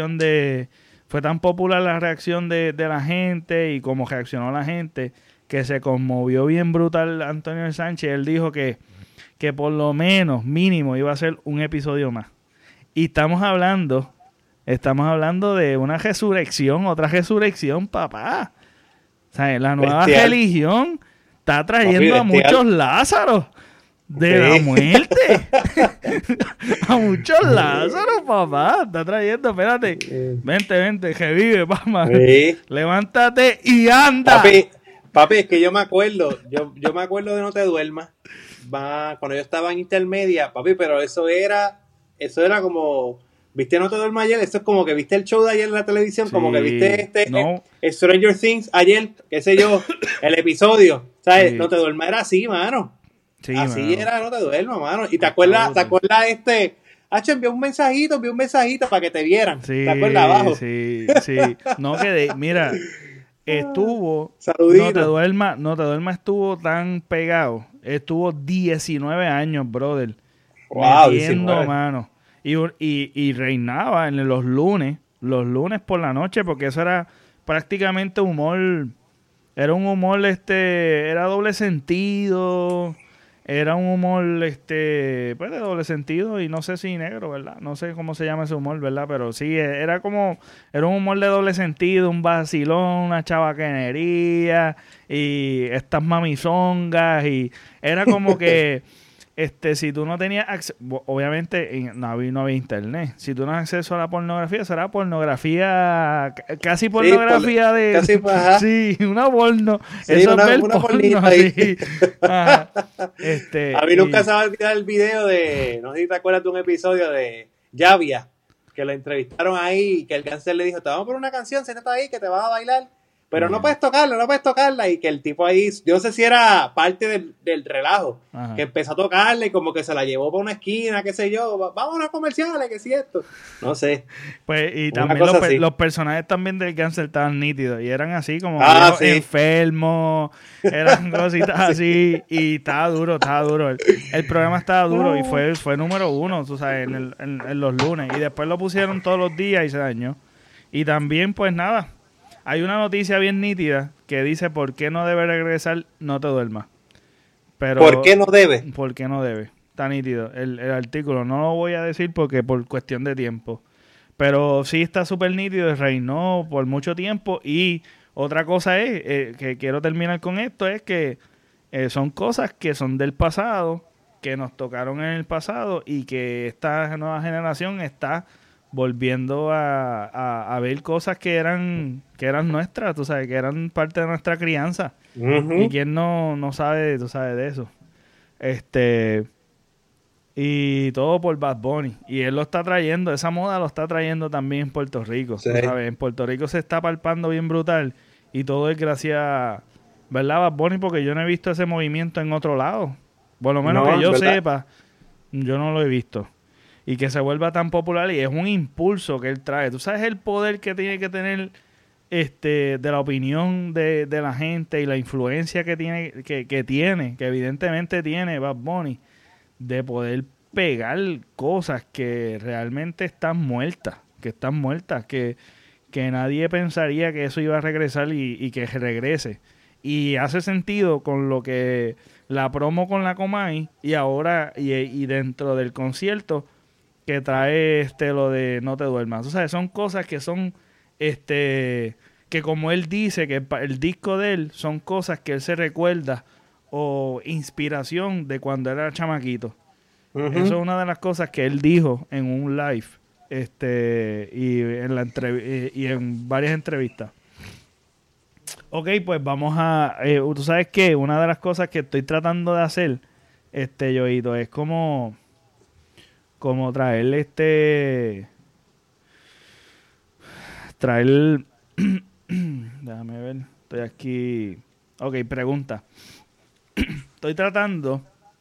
la reacción de la gente, y como reaccionó la gente, que se conmovió bien brutal Antonio Sánchez. Él dijo que por lo menos, mínimo, iba a ser un episodio más. Y estamos hablando de una resurrección, otra resurrección, papá. O sea, la nueva religión está trayendo a muchos Lázaros de la muerte. A muchos Lázaros, papá. Está trayendo, espérate. Vente, que vive, papá. Levántate y anda.
Papi, es que yo me acuerdo de No te duermas. Cuando yo estaba en intermedia, papi, pero eso era como, ¿viste No te duermas ayer? Eso es como que viste el show de ayer en la televisión, como que viste Stranger Things ayer, qué sé yo, el episodio, ¿sabes? Sí. No te duermas era así, mano. Sí, así mano. Era No te duermas, mano. Y te acuerdas envió un mensajito para que te vieran.
Sí,
¿te acuerdas abajo?
Sí. No mira, estuvo,
saludito.
No te duermas estuvo tan pegado. Estuvo 19 años, brother.
Wow,
metiendo
19.
mano. Y reinaba en los lunes por la noche, porque eso era prácticamente humor. Era un humor, era doble sentido. Era un humor, pues de doble sentido y no sé si negro, ¿verdad? No sé cómo se llama ese humor, ¿verdad? Pero sí, era un humor de doble sentido, un vacilón, una chavaquenería y estas mamizongas y era como que, si tú no tenías acceso, obviamente no había internet, si tú no has acceso a la pornografía, será pornografía, casi pornografía sí, una porno,
sí, eso una porno,
así. Ajá.
A mí nunca se va a olvidar el video no sé si te acuerdas de un episodio de Yavia, que lo entrevistaron ahí y que el cáncer le dijo, te vamos por una canción, siéntate ahí que te vas a bailar. Pero no puedes tocarla, y que el tipo ahí, yo no sé si era parte del relajo, que empezó a tocarla y como que se la llevó para una esquina, qué sé yo, vamos a comerciales, que si esto, no sé.
Pues y también los personajes también del cáncer estaban nítidos y eran así como
sí.
enfermos, eran cositas así y estaba duro. El programa estaba duro y fue número 1, tú sabes, en los lunes y después lo pusieron todos los días y se dañó. Y también pues nada. Hay una noticia bien nítida que dice por qué no debe regresar No te duermas. Pero,
¿por qué no debe?
¿Por qué no debe? Está nítido. El artículo no lo voy a decir porque por cuestión de tiempo. Pero sí está súper nítido. Reinó por mucho tiempo. Y otra cosa es, que quiero terminar con esto, es que son cosas que son del pasado, que nos tocaron en el pasado y que esta nueva generación está volviendo a ver cosas que eran nuestras, tú sabes, que eran parte de nuestra crianza. Y quién no sabe, tú sabes, de eso. Y todo por Bad Bunny. Y él lo está trayendo, esa moda lo está trayendo también en Puerto Rico. Sí. Tú sabes, en Puerto Rico se está palpando bien brutal. Y todo es gracias, ¿verdad, Bad Bunny? Porque yo no he visto ese movimiento en otro lado. Por lo menos que yo sepa, yo no lo he visto. Y que se vuelva tan popular y es un impulso que él trae. Tú sabes el poder que tiene que tener de la opinión de la gente y la influencia que tiene, que evidentemente tiene Bad Bunny, de poder pegar cosas que realmente están muertas, que nadie pensaría que eso iba a regresar y que regrese. Y hace sentido con lo que la promo con la Comay y ahora y dentro del concierto que trae lo de No te duermas. O sea, son cosas que son que como él dice que el disco de él son cosas que él se recuerda o inspiración de cuando era chamaquito. Eso es una de las cosas que él dijo en un live y en varias entrevistas. Ok, pues vamos a tú sabes que una de las cosas que estoy tratando de hacer Yoito, es como traer déjame ver, estoy aquí. Ok, pregunta. Estoy tratando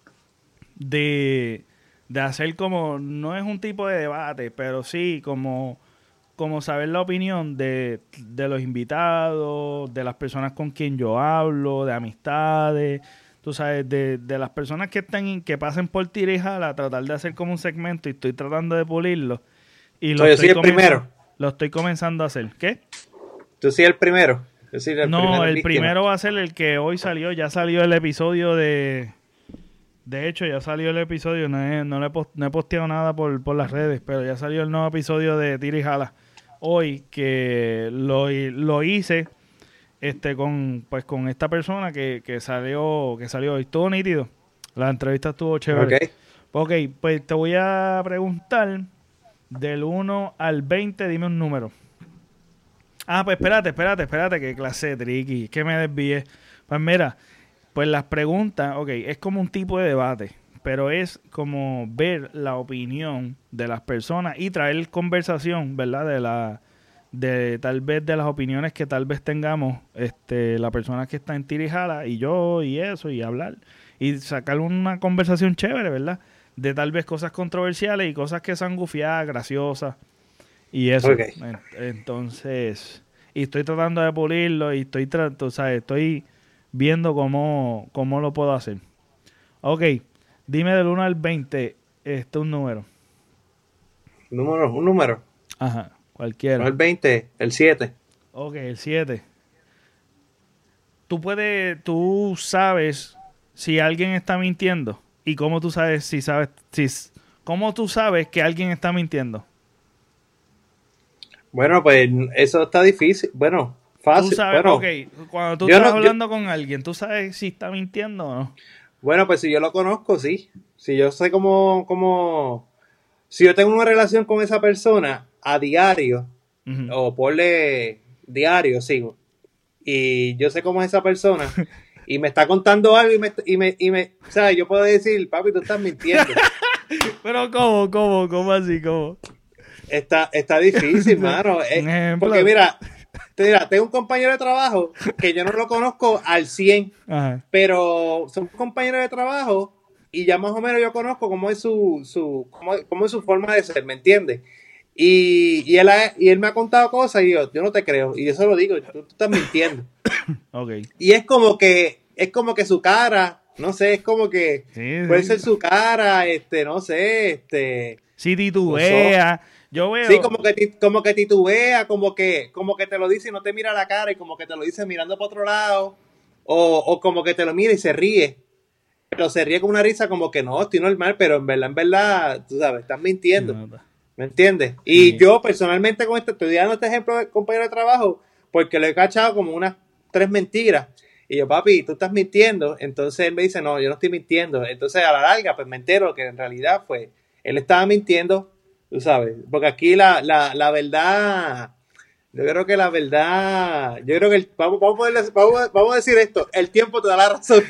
de hacer como, no es un tipo de debate, pero sí como saber la opinión de los invitados, de las personas con quien yo hablo, de amistades, tú sabes, de las personas que pasen por Tira y Jala, tratar de hacer como un segmento y estoy tratando de pulirlo. Y
yo soy el primero.
Lo estoy comenzando a hacer. ¿Qué?
¿Tú sí el primero?
El primero va a ser el que hoy salió. Ya salió el episodio de hecho, ya salió el episodio. No he posteado nada por las redes, pero ya salió el nuevo episodio de Tira y Jala hoy, que lo hice con esta persona que salió hoy. Estuvo nítido. La entrevista estuvo chévere. Ok, pues te voy a preguntar del 1 al 20, dime un número. Pues espérate, que clase tricky, que me desvié. Pues mira, pues las preguntas, ok, es como un tipo de debate, pero es como ver la opinión de las personas y traer conversación, ¿verdad? De tal vez de las opiniones que tal vez tengamos la persona que está en Tirijala y yo y eso, y hablar y sacar una conversación chévere, ¿verdad? De tal vez cosas controversiales y cosas que sean gufiadas, graciosas y eso.
Okay.
Entonces, y estoy tratando de pulirlo y estoy viendo cómo lo puedo hacer. Ok, dime del 1 al 20 un número.
Un número.
Ajá, cualquiera.
No el 20, el 7.
Ok, el 7. Tú sabes si alguien está mintiendo. ¿Y cómo tú sabes cómo tú sabes que alguien está mintiendo?
Bueno, pues eso está difícil. Bueno, fácil.
Tú sabes,
bueno,
cuando tú estás hablando con alguien, ¿tú sabes si está mintiendo o no?
Bueno, pues si yo lo conozco, sí. Si yo sé si yo tengo una relación con esa persona a diario, o ponle diario, sigo, y yo sé cómo es esa persona, y me está contando algo o sea, yo puedo decir, papi, tú estás mintiendo.
Pero ¿cómo así? ¿Cómo?
Está difícil, mano. Porque mira, tengo un compañero de trabajo que yo no lo conozco al 100,
Ajá.
pero somos compañeros de trabajo y ya más o menos yo conozco cómo es cómo es su forma de ser, ¿me entiendes? Y él me ha contado cosas y yo no te creo. Y yo se lo digo, tú estás mintiendo.
Okay.
Y es como que su cara, no sé, es como que puede ser su cara, no sé,
si titubea, yo veo.
Sí, como que titubea, como que te lo dice y no te mira la cara y como que te lo dice mirando para otro lado, o como que te lo mira y se ríe. Pero se ríe con una risa como que no, estoy normal, pero en verdad, tú sabes, estás mintiendo. ¿Me entiendes? Y yo personalmente estoy dando este ejemplo de compañero de trabajo porque lo he cachado como unas 3 mentiras. Y yo, papi, tú estás mintiendo. Entonces él me dice, no, yo no estoy mintiendo. Entonces a la larga, pues me entero que en realidad él estaba mintiendo, tú sabes. Porque aquí la verdad, yo creo que vamos a decir esto, el tiempo te da la razón.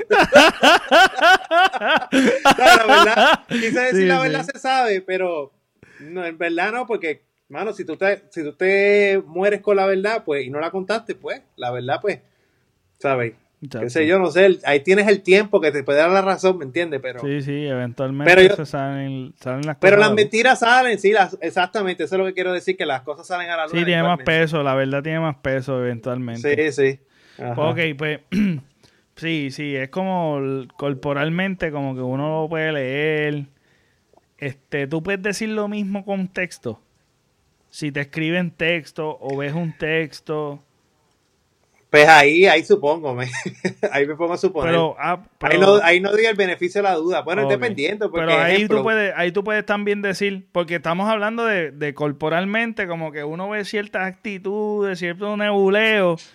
La verdad, quise decir la verdad se sabe, pero no, en verdad no, porque, mano, si tú te mueres con la verdad, pues, y no la contaste, pues, la verdad, pues, ¿sabes? Qué sé yo, no sé, ahí tienes el tiempo que te puede dar la razón, ¿me entiendes? Pero
sí, eventualmente salen las cosas.
Pero las mentiras salen, sí, exactamente, eso es lo que quiero decir, que las cosas salen a la luz.
Sí, tiene más peso, la verdad tiene más peso eventualmente.
Sí. Ajá.
Ok, pues, sí, es como corporalmente, como que uno lo puede leer. Tú puedes decir lo mismo con texto. Si te escriben texto o ves un texto.
Pues ahí supongo, ahí me pongo a suponer. Pero ahí no doy el beneficio de la duda. Bueno, okay. Dependiendo. Porque,
pero ahí tú puedes también decir, porque estamos hablando de corporalmente, como que uno ve ciertas actitudes, ciertos nebuleos,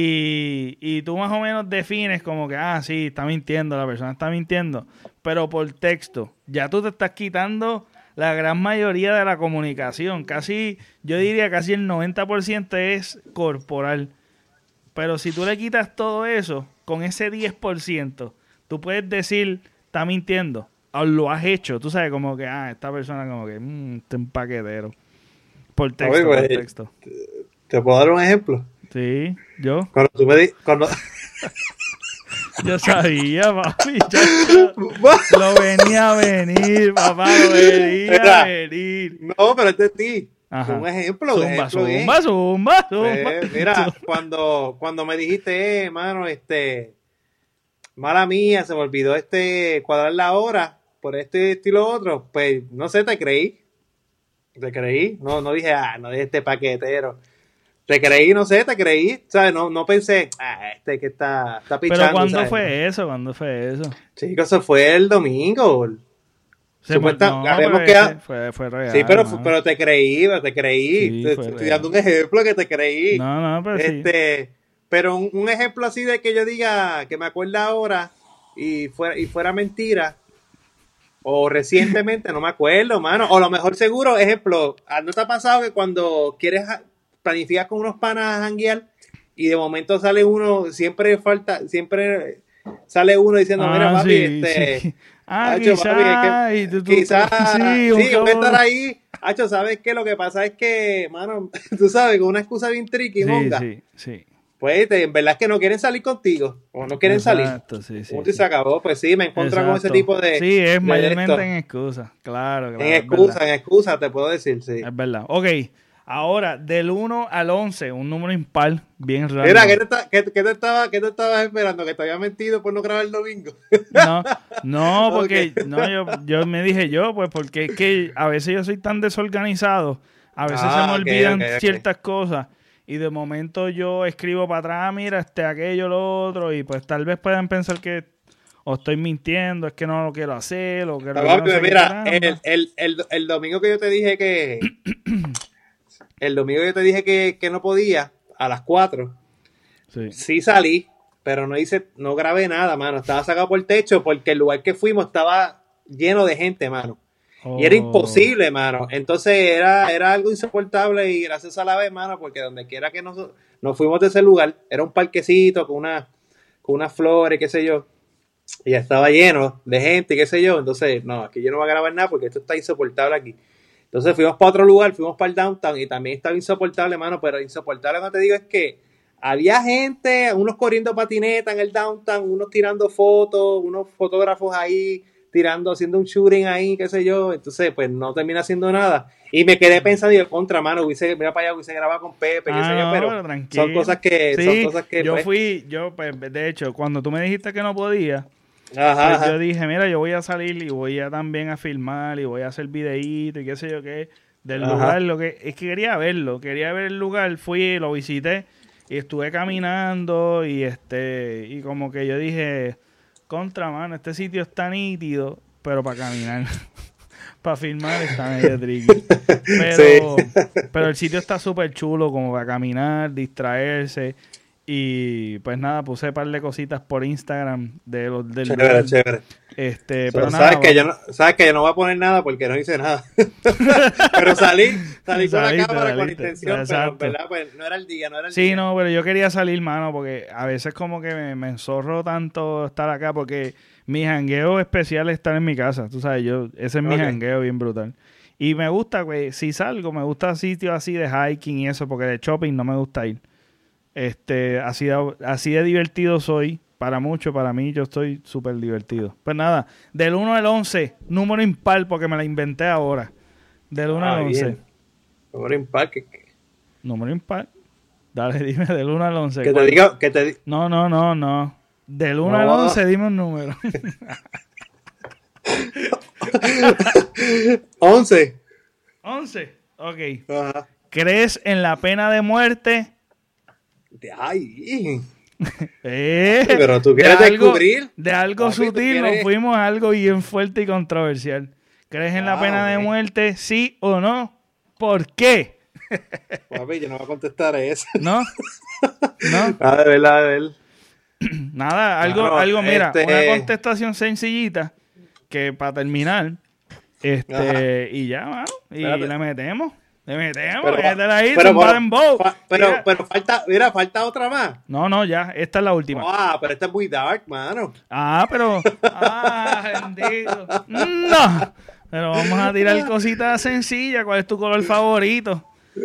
y tú más o menos defines como que, sí, está mintiendo, la persona está mintiendo. Pero por texto, ya tú te estás quitando la gran mayoría de la comunicación. Yo diría casi el 90% es corporal. Pero si tú le quitas todo eso, con ese 10%, tú puedes decir, está mintiendo. O lo has hecho. Tú sabes, como que, esta persona como que, este empaquetero. Por texto, por texto.
¿Te puedo dar un ejemplo?
Sí, yo.
Cuando
Yo sabía, papi. Lo venía a venir, papá. Lo venía a venir.
No, pero es de ti.
Ajá.
Un ejemplo.
Zumba.
Mira, cuando me dijiste, mano, mala mía, se me olvidó cuadrar la hora por y lo otro, pues no sé, te creí. No dije, no dije este paquetero. Te creí, te creí, ¿sabes? No pensé, que está pichando.
Pero ¿cuándo
¿sabes?
fue eso?
Chicos, eso fue el domingo.
Fue real.
Sí, pero te creí.
Sí,
estoy dando un ejemplo que te creí.
No, pero sí.
Pero un ejemplo así de que yo diga, que me acuerdo ahora y fuera mentira, o recientemente, no me acuerdo, mano. O a lo mejor seguro, ejemplo, ¿no te ha pasado que cuando quieres planificar con unos panas a janguear y de momento sale uno, siempre sale uno diciendo, mira papi,
sí.
Hacho, papi, quizás, sí, voy a estar ahí. Hacho, ¿sabes qué? Lo que pasa es que, mano, tú sabes, con una excusa bien tricky, monga.
Sí.
Pues en verdad es que no quieren salir contigo, o no quieren salir.
Sí.
Punto y se acabó. Pues sí, me encuentro con ese tipo de...
Sí, es mayormente
esto.
en excusa, claro.
En excusa, te puedo decir, sí.
Es verdad. Ok, ahora, del 1 al 11, un número impar bien raro.
Mira, ¿qué te estabas esperando? ¿Que te había mentido por no grabar el domingo?
No, porque yo me dije pues porque es que a veces yo soy tan desorganizado, a veces se me olvidan ciertas cosas y de momento yo escribo para atrás, mira, aquello, lo otro, y pues tal vez puedan pensar que o estoy mintiendo, es que no lo quiero hacer, o que no sé
mira, el domingo que yo te dije que... El domingo yo te dije que no podía, a las 4. Sí salí, pero no grabé nada, mano. Estaba sacado por el techo porque el lugar que fuimos estaba lleno de gente, mano. Y era imposible, mano. Entonces era algo insoportable y gracias a la vez, mano, porque donde quiera que nos fuimos de ese lugar, era un parquecito con unas flores, qué sé yo. Y ya estaba lleno de gente, qué sé yo. Entonces, no, aquí yo no voy a grabar nada porque esto está insoportable aquí. Entonces fuimos para otro lugar, fuimos para el downtown y también estaba insoportable, mano, pero insoportable no te digo es que había gente, unos corriendo patineta en el downtown, unos tirando fotos, unos fotógrafos ahí haciendo un shooting ahí, qué sé yo, entonces pues no termina haciendo nada. Y me quedé pensando, y contra, mano, mira para allá, hubiese grabado con Pepe, qué sé yo, pero
tranquilo.
son cosas que...
pues, de hecho, cuando tú me dijiste que no podía... Pues yo dije, mira, yo voy a salir y voy a también a filmar y voy a hacer videíto y qué sé yo qué del lugar. Es que quería verlo, quería ver el lugar, fui, lo visité y estuve caminando y como que yo dije, contra, mano, este sitio está nítido, pero para caminar, para filmar está medio tricky. Pero el sitio está súper chulo como para caminar, distraerse. Y pues nada, puse un par de cositas por Instagram del lugar.
Chévere.
Pero nada,
sabes que yo no voy a poner nada porque no hice nada. Pero salí con la cámara con intención, pero en verdad pues no era el día.
Sí, no, pero yo quería salir, mano, porque a veces como que me enzorro tanto estar acá porque mi jangueo especial es estar en mi casa, tú sabes, ese es mi jangueo bien brutal. Y me gusta, güey, si salgo, me gusta sitios así de hiking y eso, porque de shopping no me gusta ir. Así de divertido soy. Para mucho, para mí, yo estoy súper divertido. Pues nada, del 1 al 11, número impar, porque me la inventé ahora. Del 1 al 11.
Bien. Número impar.
Número impar. Dale, dime del 1 al 11.
Que te diga.
No. Del 1 al 11, dime un número.
11.
11, ok.
Ajá.
¿Crees en la pena de muerte?
Ay. Pero tú quieres descubrir.
De algo sutil nos fuimos a algo bien fuerte y controversial. ¿Crees en la pena de muerte? ¿Sí o no? ¿Por qué?
Papi, yo no voy a contestar eso.
¿No?
A ver.
Nada, algo, mira, una contestación sencillita que para terminar, y ya, mano, y le metemos.
Pero falta otra más.
No, ya, esta es la última.
Pero esta es muy dark, mano.
Bendito. No, pero vamos a tirar cositas sencillas. ¿Cuál es tu color favorito?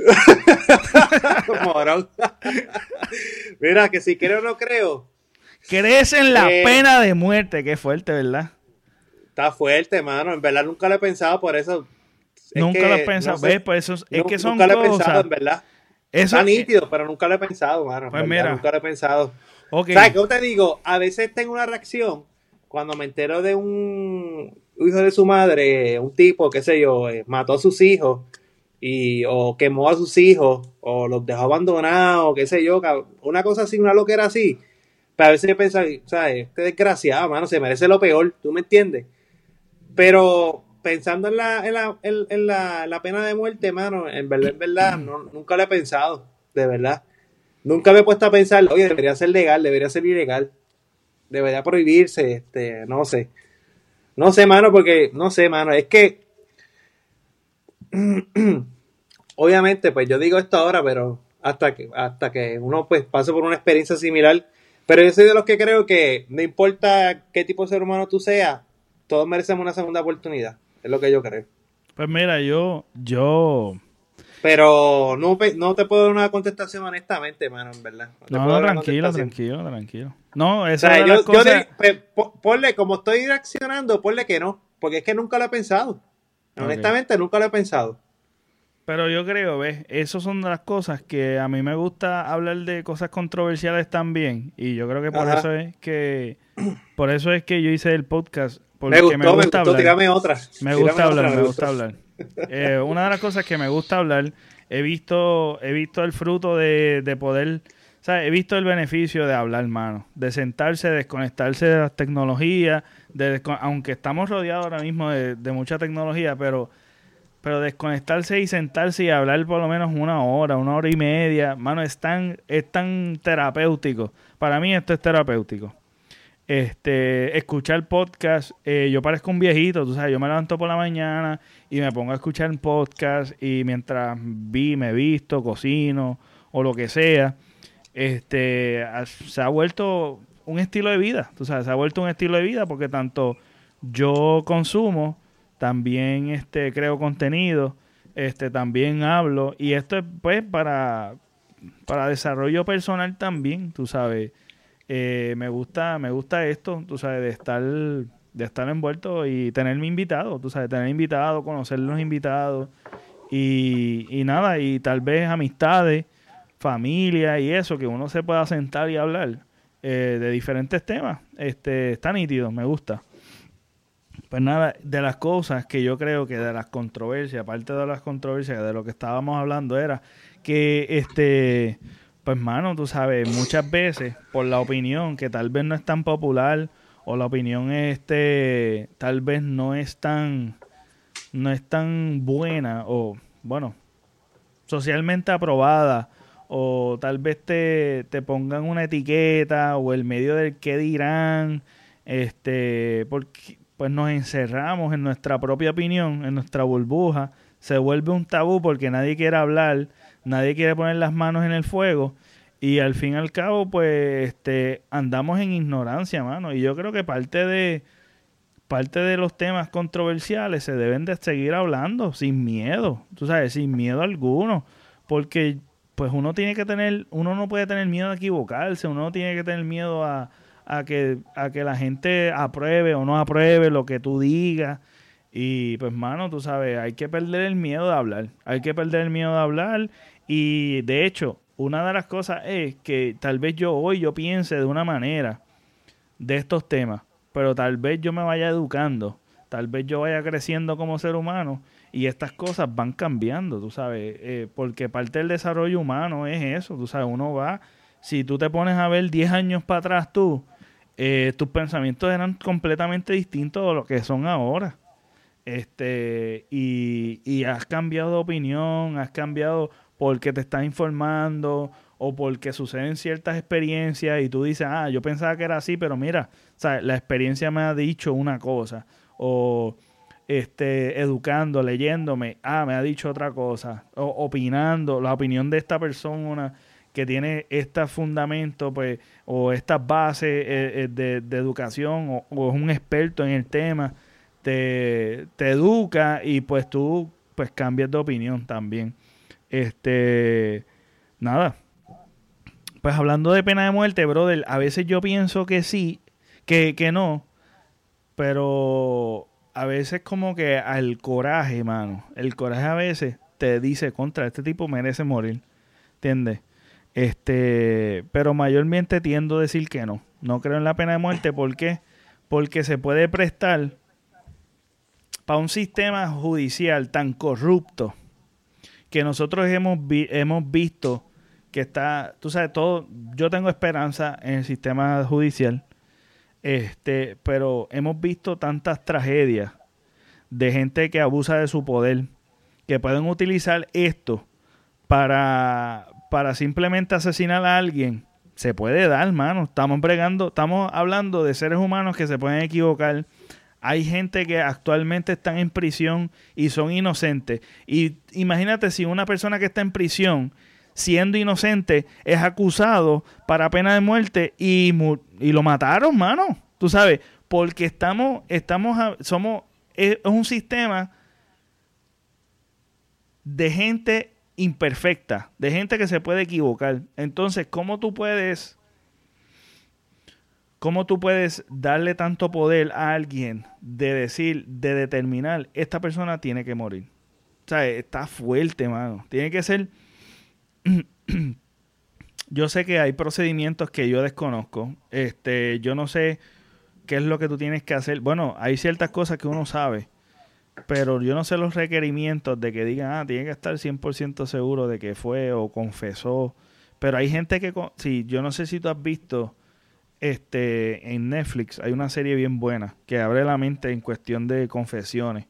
Morón. Mira, que si creo o no creo.
¿Crees en la pena de muerte? Qué fuerte, ¿verdad?
Está fuerte, mano. En verdad nunca lo he pensado, por eso.
Nunca lo he pensado. ¿Ves? Por eso es que son
nunca
cosas.
Nunca lo he pensado, en verdad. Eso está nítido, pero nunca lo he pensado, mano.
Pues mira.
Nunca lo he pensado.
Okay.
¿Sabes qué te digo? A veces tengo una reacción cuando me entero de un hijo de su madre, un tipo, qué sé yo, mató a sus hijos o quemó a sus hijos o los dejó abandonados, qué sé yo, una cosa así, una loquera así. Pero a veces yo pienso, ¿sabes? Este desgraciado, mano, se merece lo peor, ¿tú me entiendes? Pero pensando en la pena de muerte, mano, en verdad, nunca lo he pensado, de verdad. nunca me he puesto a pensar, oye, debería ser legal, debería ser ilegal, debería prohibirse, no sé. No sé, mano, porque, no sé, mano, es que, obviamente, pues yo digo esto ahora, pero hasta que uno pues pase por una experiencia similar, pero yo soy de los que creo que no importa qué tipo de ser humano tú seas, todos merecemos una segunda oportunidad, es lo que yo creo.
Pues mira, yo
Pero no te puedo dar una contestación honestamente, mano, en verdad. No te puedo
no,
dar una
tranquilo,
contestación.
tranquilo. No,
O
esa
sea,
de las cosas.
pues, ponle, como estoy reaccionando, ponle que no, porque es que nunca lo he pensado.
Ok.
Honestamente, nunca lo he pensado.
Pero yo creo, ¿ves? Esas son de las cosas que a mí me gusta hablar de cosas controversiales también. Y yo creo que
Ajá.
por eso es que yo hice el podcast,
Me
porque me
gustó, me
gusta
gustó,
hablar.
tírame otra.
Me
Tírame
gusta hablar,
otra, me
me
gustó.
gusta hablar. Una de las cosas que me gusta hablar, he visto el fruto de poder, o sea, he visto el beneficio de hablar, mano, de sentarse, desconectarse de las tecnologías, aunque estamos rodeados ahora mismo de mucha tecnología, pero desconectarse y sentarse y hablar por lo menos una hora y media, mano, es tan terapéutico. Para mí esto es terapéutico. Escuchar podcast, yo parezco un viejito, tú sabes, yo me levanto por la mañana y me pongo a escuchar podcast y mientras me visto, cocino o lo que sea, se ha vuelto un estilo de vida, tú sabes, se ha vuelto un estilo de vida porque tanto yo consumo, también creo contenido, también hablo y esto es pues para desarrollo personal también, tú sabes. Me gusta esto, tú sabes, de estar envuelto y tenerme invitado, tú sabes, tener invitados, conocer los invitados y nada, y tal vez amistades, familia y eso, que uno se pueda sentar y hablar de diferentes temas. Está nítido, me gusta. Pues nada, de las cosas que yo creo que de las controversias, aparte de las controversias, de lo que estábamos hablando era que pues mano, tú sabes, muchas veces por la opinión que tal vez no es tan popular o la opinión tal vez no es tan buena o bueno, socialmente aprobada o tal vez te pongan una etiqueta o el medio del qué dirán, porque pues nos encerramos en nuestra propia opinión, en nuestra burbuja, se vuelve un tabú porque nadie quiere hablar, nadie quiere poner las manos en el fuego y al fin y al cabo pues andamos en ignorancia, mano, y yo creo que parte de los temas controversiales se deben de seguir hablando sin miedo, tú sabes, sin miedo alguno, porque pues uno no puede tener miedo a equivocarse, uno no tiene que tener miedo a que la gente apruebe o no apruebe lo que tú digas. Y pues mano, tú sabes, hay que perder el miedo de hablar, hay que perder el miedo de hablar y de hecho, una de las cosas es que tal vez yo piense de una manera de estos temas, pero tal vez yo me vaya educando, tal vez yo vaya creciendo como ser humano y estas cosas van cambiando, tú sabes, porque parte del desarrollo humano es eso, tú sabes, si tú te pones a ver 10 años para atrás tus pensamientos eran completamente distintos de lo que son ahora. Y has cambiado de opinión, has cambiado porque te estás informando o porque suceden ciertas experiencias y tú dices, yo pensaba que era así, pero mira, ¿sabes? La experiencia me ha dicho una cosa o educando, leyéndome, me ha dicho otra cosa o opinando, la opinión de esta persona que tiene este fundamento pues o estas bases de educación o es un experto en el tema te educa y pues tú pues cambias de opinión también. Este, nada, pues hablando de pena de muerte, brother, a veces yo pienso que sí, que no, pero a veces como que al coraje, mano, el coraje a veces te dice contra este tipo merece morir, ¿entiendes? Pero mayormente tiendo a decir que no. No creo en la pena de muerte, ¿por qué? Porque se puede prestar para un sistema judicial tan corrupto que nosotros hemos visto que está, tú sabes, todo, yo tengo esperanza en el sistema judicial, pero hemos visto tantas tragedias de gente que abusa de su poder, que pueden utilizar esto para simplemente asesinar a alguien, se puede dar, mano. Estamos hablando de seres humanos que se pueden equivocar. Hay gente que actualmente están en prisión y son inocentes. Y imagínate si una persona que está en prisión, siendo inocente, es acusado para pena de muerte y lo mataron, mano. Tú sabes, porque es un sistema de gente imperfecta, de gente que se puede equivocar. Entonces, ¿cómo tú puedes darle tanto poder a alguien de determinar, esta persona tiene que morir? O sea, está fuerte, mano. Tiene que ser... Yo sé que hay procedimientos que yo desconozco. Yo no sé qué es lo que tú tienes que hacer. Bueno, hay ciertas cosas que uno sabe, pero yo no sé los requerimientos de que digan, tiene que estar 100% seguro de que fue o confesó. Pero hay gente que... Sí, yo no sé si tú has visto... en Netflix hay una serie bien buena que abre la mente en cuestión de confesiones.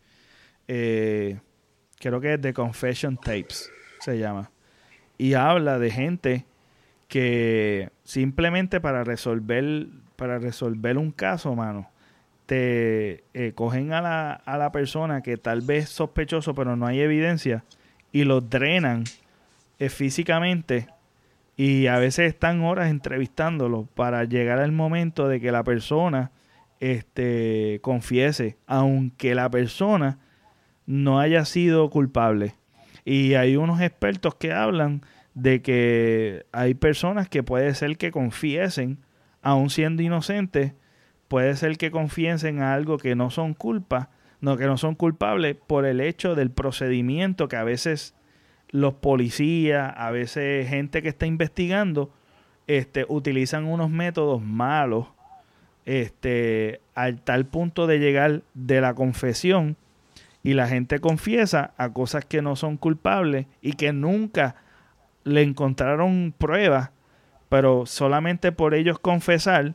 Creo que es The Confession Tapes, se llama. Y habla de gente que simplemente para resolver un caso, mano, te cogen a la persona que tal vez es sospechoso, pero no hay evidencia, y los drenan físicamente. Y a veces están horas entrevistándolo para llegar al momento de que la persona confiese, aunque la persona no haya sido culpable. Y hay unos expertos que hablan de que hay personas que puede ser que confiesen, aun siendo inocentes, puede ser que confiesen a algo que no son que no son culpables por el hecho del procedimiento que a veces los policías, a veces gente que está investigando, utilizan unos métodos malos, al tal punto de llegar de la confesión, y la gente confiesa a cosas que no son culpables y que nunca le encontraron pruebas, pero solamente por ellos confesar,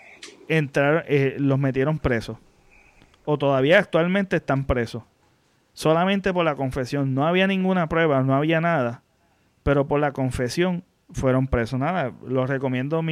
los metieron presos. O todavía actualmente están presos. Solamente por la confesión. No había ninguna prueba, no había nada. Pero por la confesión fueron presos. Nada, los recomiendo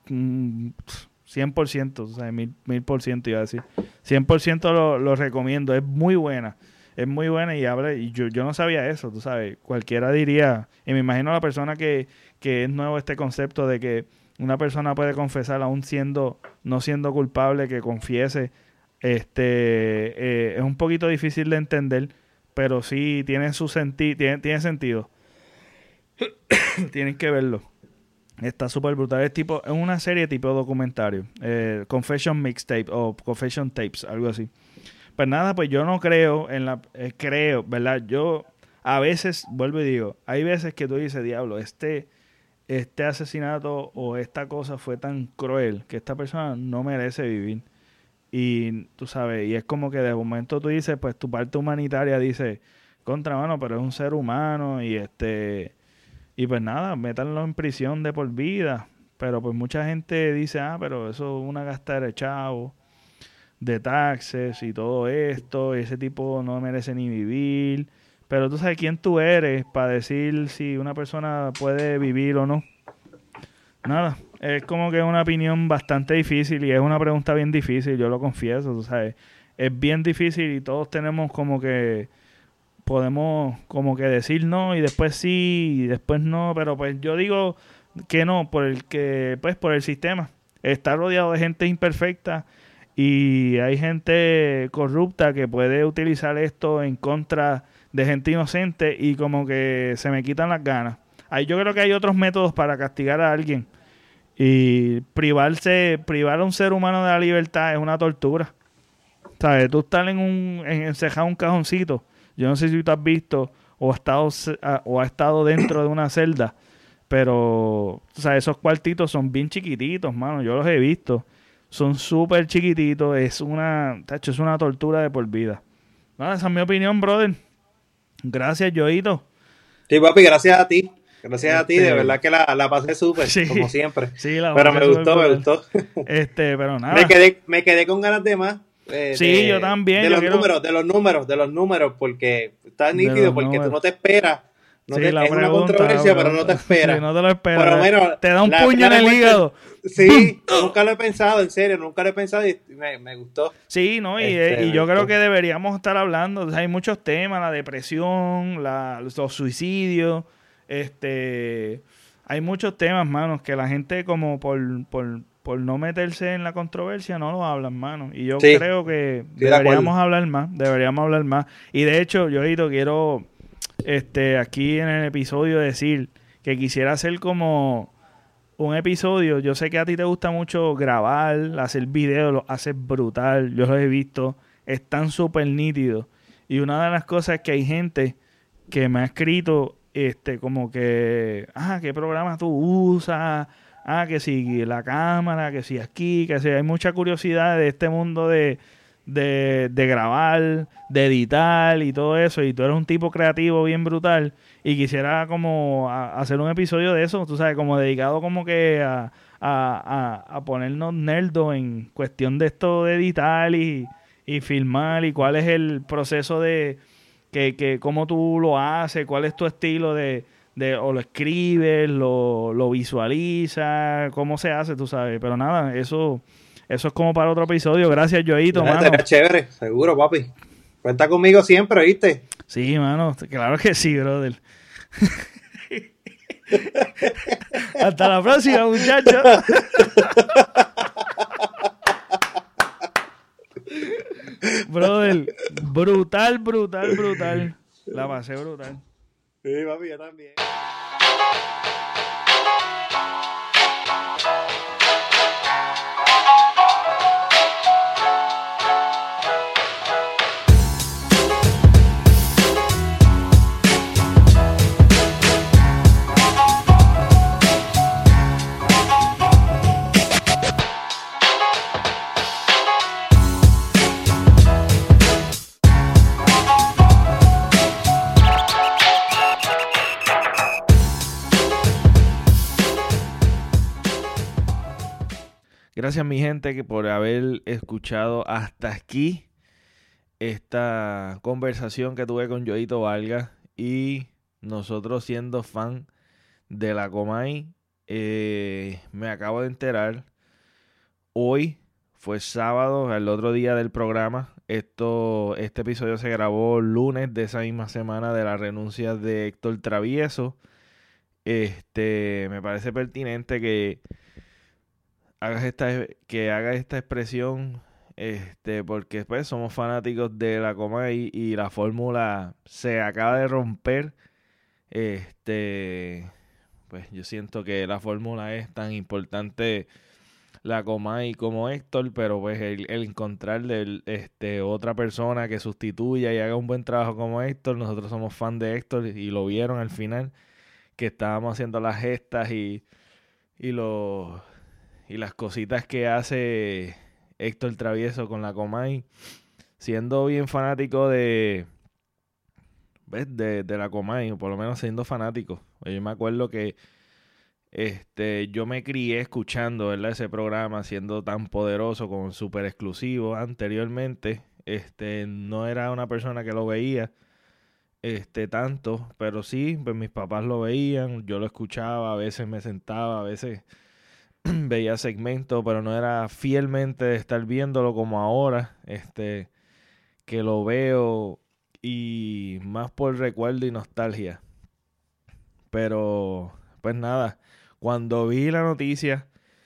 100%, o sea, 1000% iba a decir. 100% lo recomiendo. Es muy buena. Es muy buena y yo no sabía eso, tú sabes. Cualquiera diría, y me imagino la persona que es nuevo este concepto de que una persona puede confesar aún no siendo culpable, que confiese. Es un poquito difícil de entender, pero sí tiene tiene sentido. Tienen que verlo. Está súper brutal. Es una serie tipo documentario. Confession Mixtape o Confession Tapes, algo así. Pues nada, pues yo no creo creo, ¿verdad? Yo a veces, vuelvo y digo, hay veces que tú dices, diablo, este asesinato o esta cosa fue tan cruel que esta persona no merece vivir. Y tú sabes, y es como que de momento tú dices, pues tu parte humanitaria dice, contra mano, pero es un ser humano y pues nada, métanlo en prisión de por vida. Pero pues mucha gente dice, pero eso es una gastadera de chavo, de taxes y todo esto, ese tipo no merece ni vivir. Pero tú sabes quién tú eres para decir si una persona puede vivir o no. Nada, es como que una opinión bastante difícil y es una pregunta bien difícil, yo lo confieso, tú sabes. Es bien difícil y todos tenemos podemos como que decir no y después sí y después no, pero pues yo digo que no, por el sistema. Está rodeado de gente imperfecta y hay gente corrupta que puede utilizar esto en contra de gente inocente y como que se me quitan las ganas. Yo creo que hay otros métodos para castigar a alguien. Y privar a un ser humano de la libertad es una tortura. ¿Sabes? Tú estar encejado en un cajoncito. Yo no sé si tú has visto o has estado dentro de una celda. Pero, esos cuartitos son bien chiquititos, mano. Yo los he visto. Son súper chiquititos. Es una tortura de por vida. Nada, esa es mi opinión, brother. Gracias, Yoito.
Sí, papi, gracias a ti. Gracias a ti, de verdad que la pasé súper, como siempre.
Sí,
pero me gustó.
Pero nada.
Me quedé con ganas de más.
Yo también.
De los números, porque está nítido, porque tú no te esperas No
Sí,
te,
la
es una
pregunta,
controversia, pero no te
Sí,
espera.
no te lo
Por lo
esperas.
menos
Te da un
la
puño en el
respuesta-
hígado.
Sí, nunca lo he pensado, en serio, nunca lo he pensado y me gustó.
Sí, ¿no? Y
Me
yo creo
gustó.
que deberíamos estar hablando. O sea, hay muchos temas, la depresión, los suicidios. Hay muchos temas, manos, que la gente como por no meterse en la controversia no lo hablan, mano. Y yo
Sí,
creo que
estoy de acuerdo.
deberíamos hablar más. Y de hecho, yo quiero aquí en el episodio decir que quisiera hacer como un episodio. Yo sé que a ti te gusta mucho grabar, hacer videos, lo haces brutal. Yo los he visto, están súper nítidos. Y una de las cosas es que hay gente que me ha escrito como que, ¿qué programa tú usas? Que si la cámara, que si aquí, que si hay mucha curiosidad de este mundo de grabar, de editar y todo eso. Y tú eres un tipo creativo bien brutal. Y quisiera como hacer un episodio de eso, tú sabes, como dedicado como que a ponernos nerdos en cuestión de esto de editar y filmar y cuál es el proceso de cómo tú lo haces, cuál es tu estilo o lo escribes, lo visualizas, cómo se hace, tú sabes. Pero nada, eso es como para otro episodio. Gracias, Joito, mano.
Estaría chévere, seguro, papi. Cuenta conmigo siempre, ¿viste?
Sí, mano, claro que sí, brother. Hasta la próxima, muchachos. Brother, brutal, brutal, brutal. La pasé brutal.
Sí, papi, yo también.
Gracias, mi gente, que por haber escuchado hasta aquí esta conversación que tuve con Joito Vargas y nosotros siendo fan de la Comay. Me acabo de enterar, hoy fue sábado, el otro día del programa. Este episodio se grabó lunes de esa misma semana de la renuncia de Héctor Travieso. Me parece pertinente que hagas esta expresión, porque pues somos fanáticos de la Comay y la fórmula se acaba de romper. Pues yo siento que la fórmula es tan importante, la Comay como Héctor, pero pues el encontrarle otra persona que sustituya y haga un buen trabajo como Héctor. Nosotros somos fan de Héctor y lo vieron al final, que estábamos haciendo las gestas y los y las cositas que hace Héctor Travieso con la Comay, siendo bien fanático de la Comay, o por lo menos siendo fanático. Yo me acuerdo que yo me crié escuchando, ¿verdad?, ese programa, siendo tan poderoso, con súper exclusivo anteriormente. No era una persona que lo veía tanto, pero sí, pues mis papás lo veían, yo lo escuchaba, a veces me sentaba, a veces veía segmentos, pero no era fielmente de estar viéndolo como ahora, que lo veo y más por recuerdo y nostalgia. Pero, pues nada, cuando vi la noticia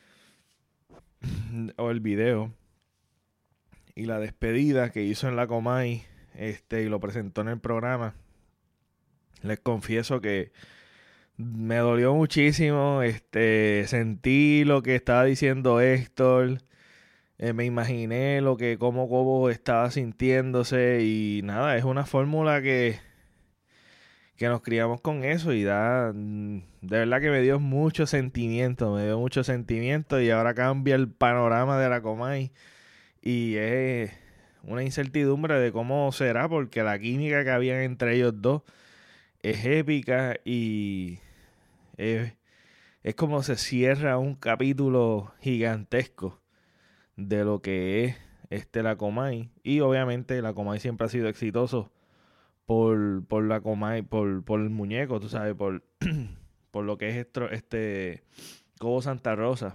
o el video y la despedida que hizo en la Comay, y lo presentó en el programa, les confieso que me dolió muchísimo. Sentí lo que estaba diciendo Héctor. Me imaginé cómo Cobo estaba sintiéndose. Y nada, es una fórmula que nos criamos con eso. Y de verdad que me dio mucho sentimiento. Y ahora cambia el panorama de la Comay. Y es una incertidumbre de cómo será, porque la química que había entre ellos dos es épica y es como se cierra un capítulo gigantesco de lo que es la Comay. Y obviamente la Comay siempre ha sido exitoso por la Comay, por el muñeco, tú sabes, por lo que es Cobo Santa Rosa.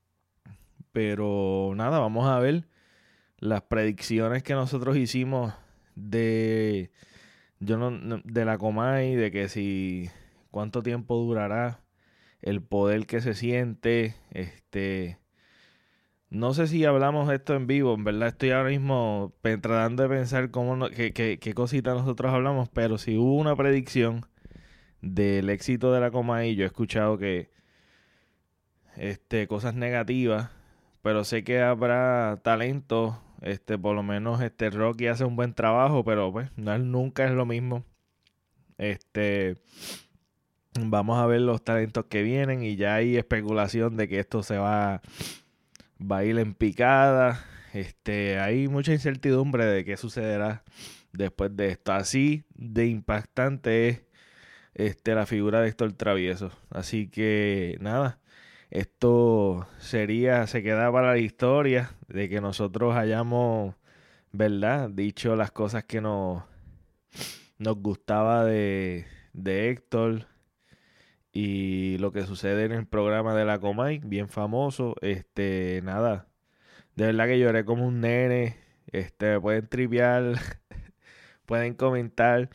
Pero nada, vamos a ver las predicciones que nosotros hicimos de la Comay, de que si cuánto tiempo durará, el poder que se siente, no sé si hablamos esto en vivo, en verdad estoy ahora mismo tratando de pensar qué cosita nosotros hablamos, pero si hubo una predicción del éxito de la Comay, yo he escuchado que cosas negativas, pero sé que habrá talento, por lo menos Rocky hace un buen trabajo, pero pues nunca es lo mismo. Vamos a ver los talentos que vienen y ya hay especulación de que esto va a ir en picada. Hay mucha incertidumbre de qué sucederá después de esto. Así de impactante es la figura de Héctor Travieso. Así que nada, esto se queda para la historia de que nosotros hayamos, ¿verdad?, dicho las cosas que nos gustaba de Héctor. Y lo que sucede en el programa de la Comay, bien famoso, nada, de verdad que lloré como un nene, pueden triviar, pueden comentar,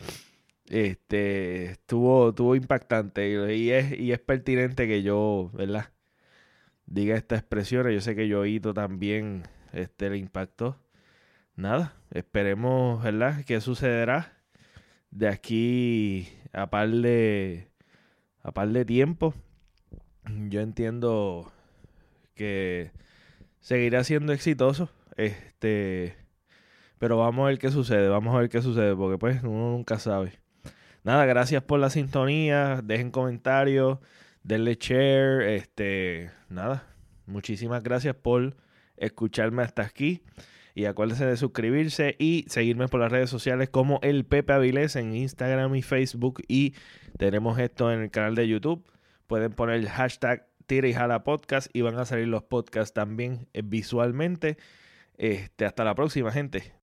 estuvo impactante y es pertinente que yo, ¿verdad?, diga estas expresiones. Yo sé que Yoito también, le impactó. Nada, esperemos, ¿verdad?, qué sucederá de aquí a par de tiempo. Yo entiendo que seguirá siendo exitoso. Pero vamos a ver qué sucede, porque pues uno nunca sabe. Nada, gracias por la sintonía. Dejen comentarios, denle share. Nada, muchísimas gracias por escucharme hasta aquí. Y acuérdense de suscribirse y seguirme por las redes sociales como el Pepe Avilés en Instagram y Facebook. Y tenemos esto en el canal de YouTube. Pueden poner el hashtag Tira y Jala Podcast y van a salir los podcasts también visualmente. Hasta la próxima, gente.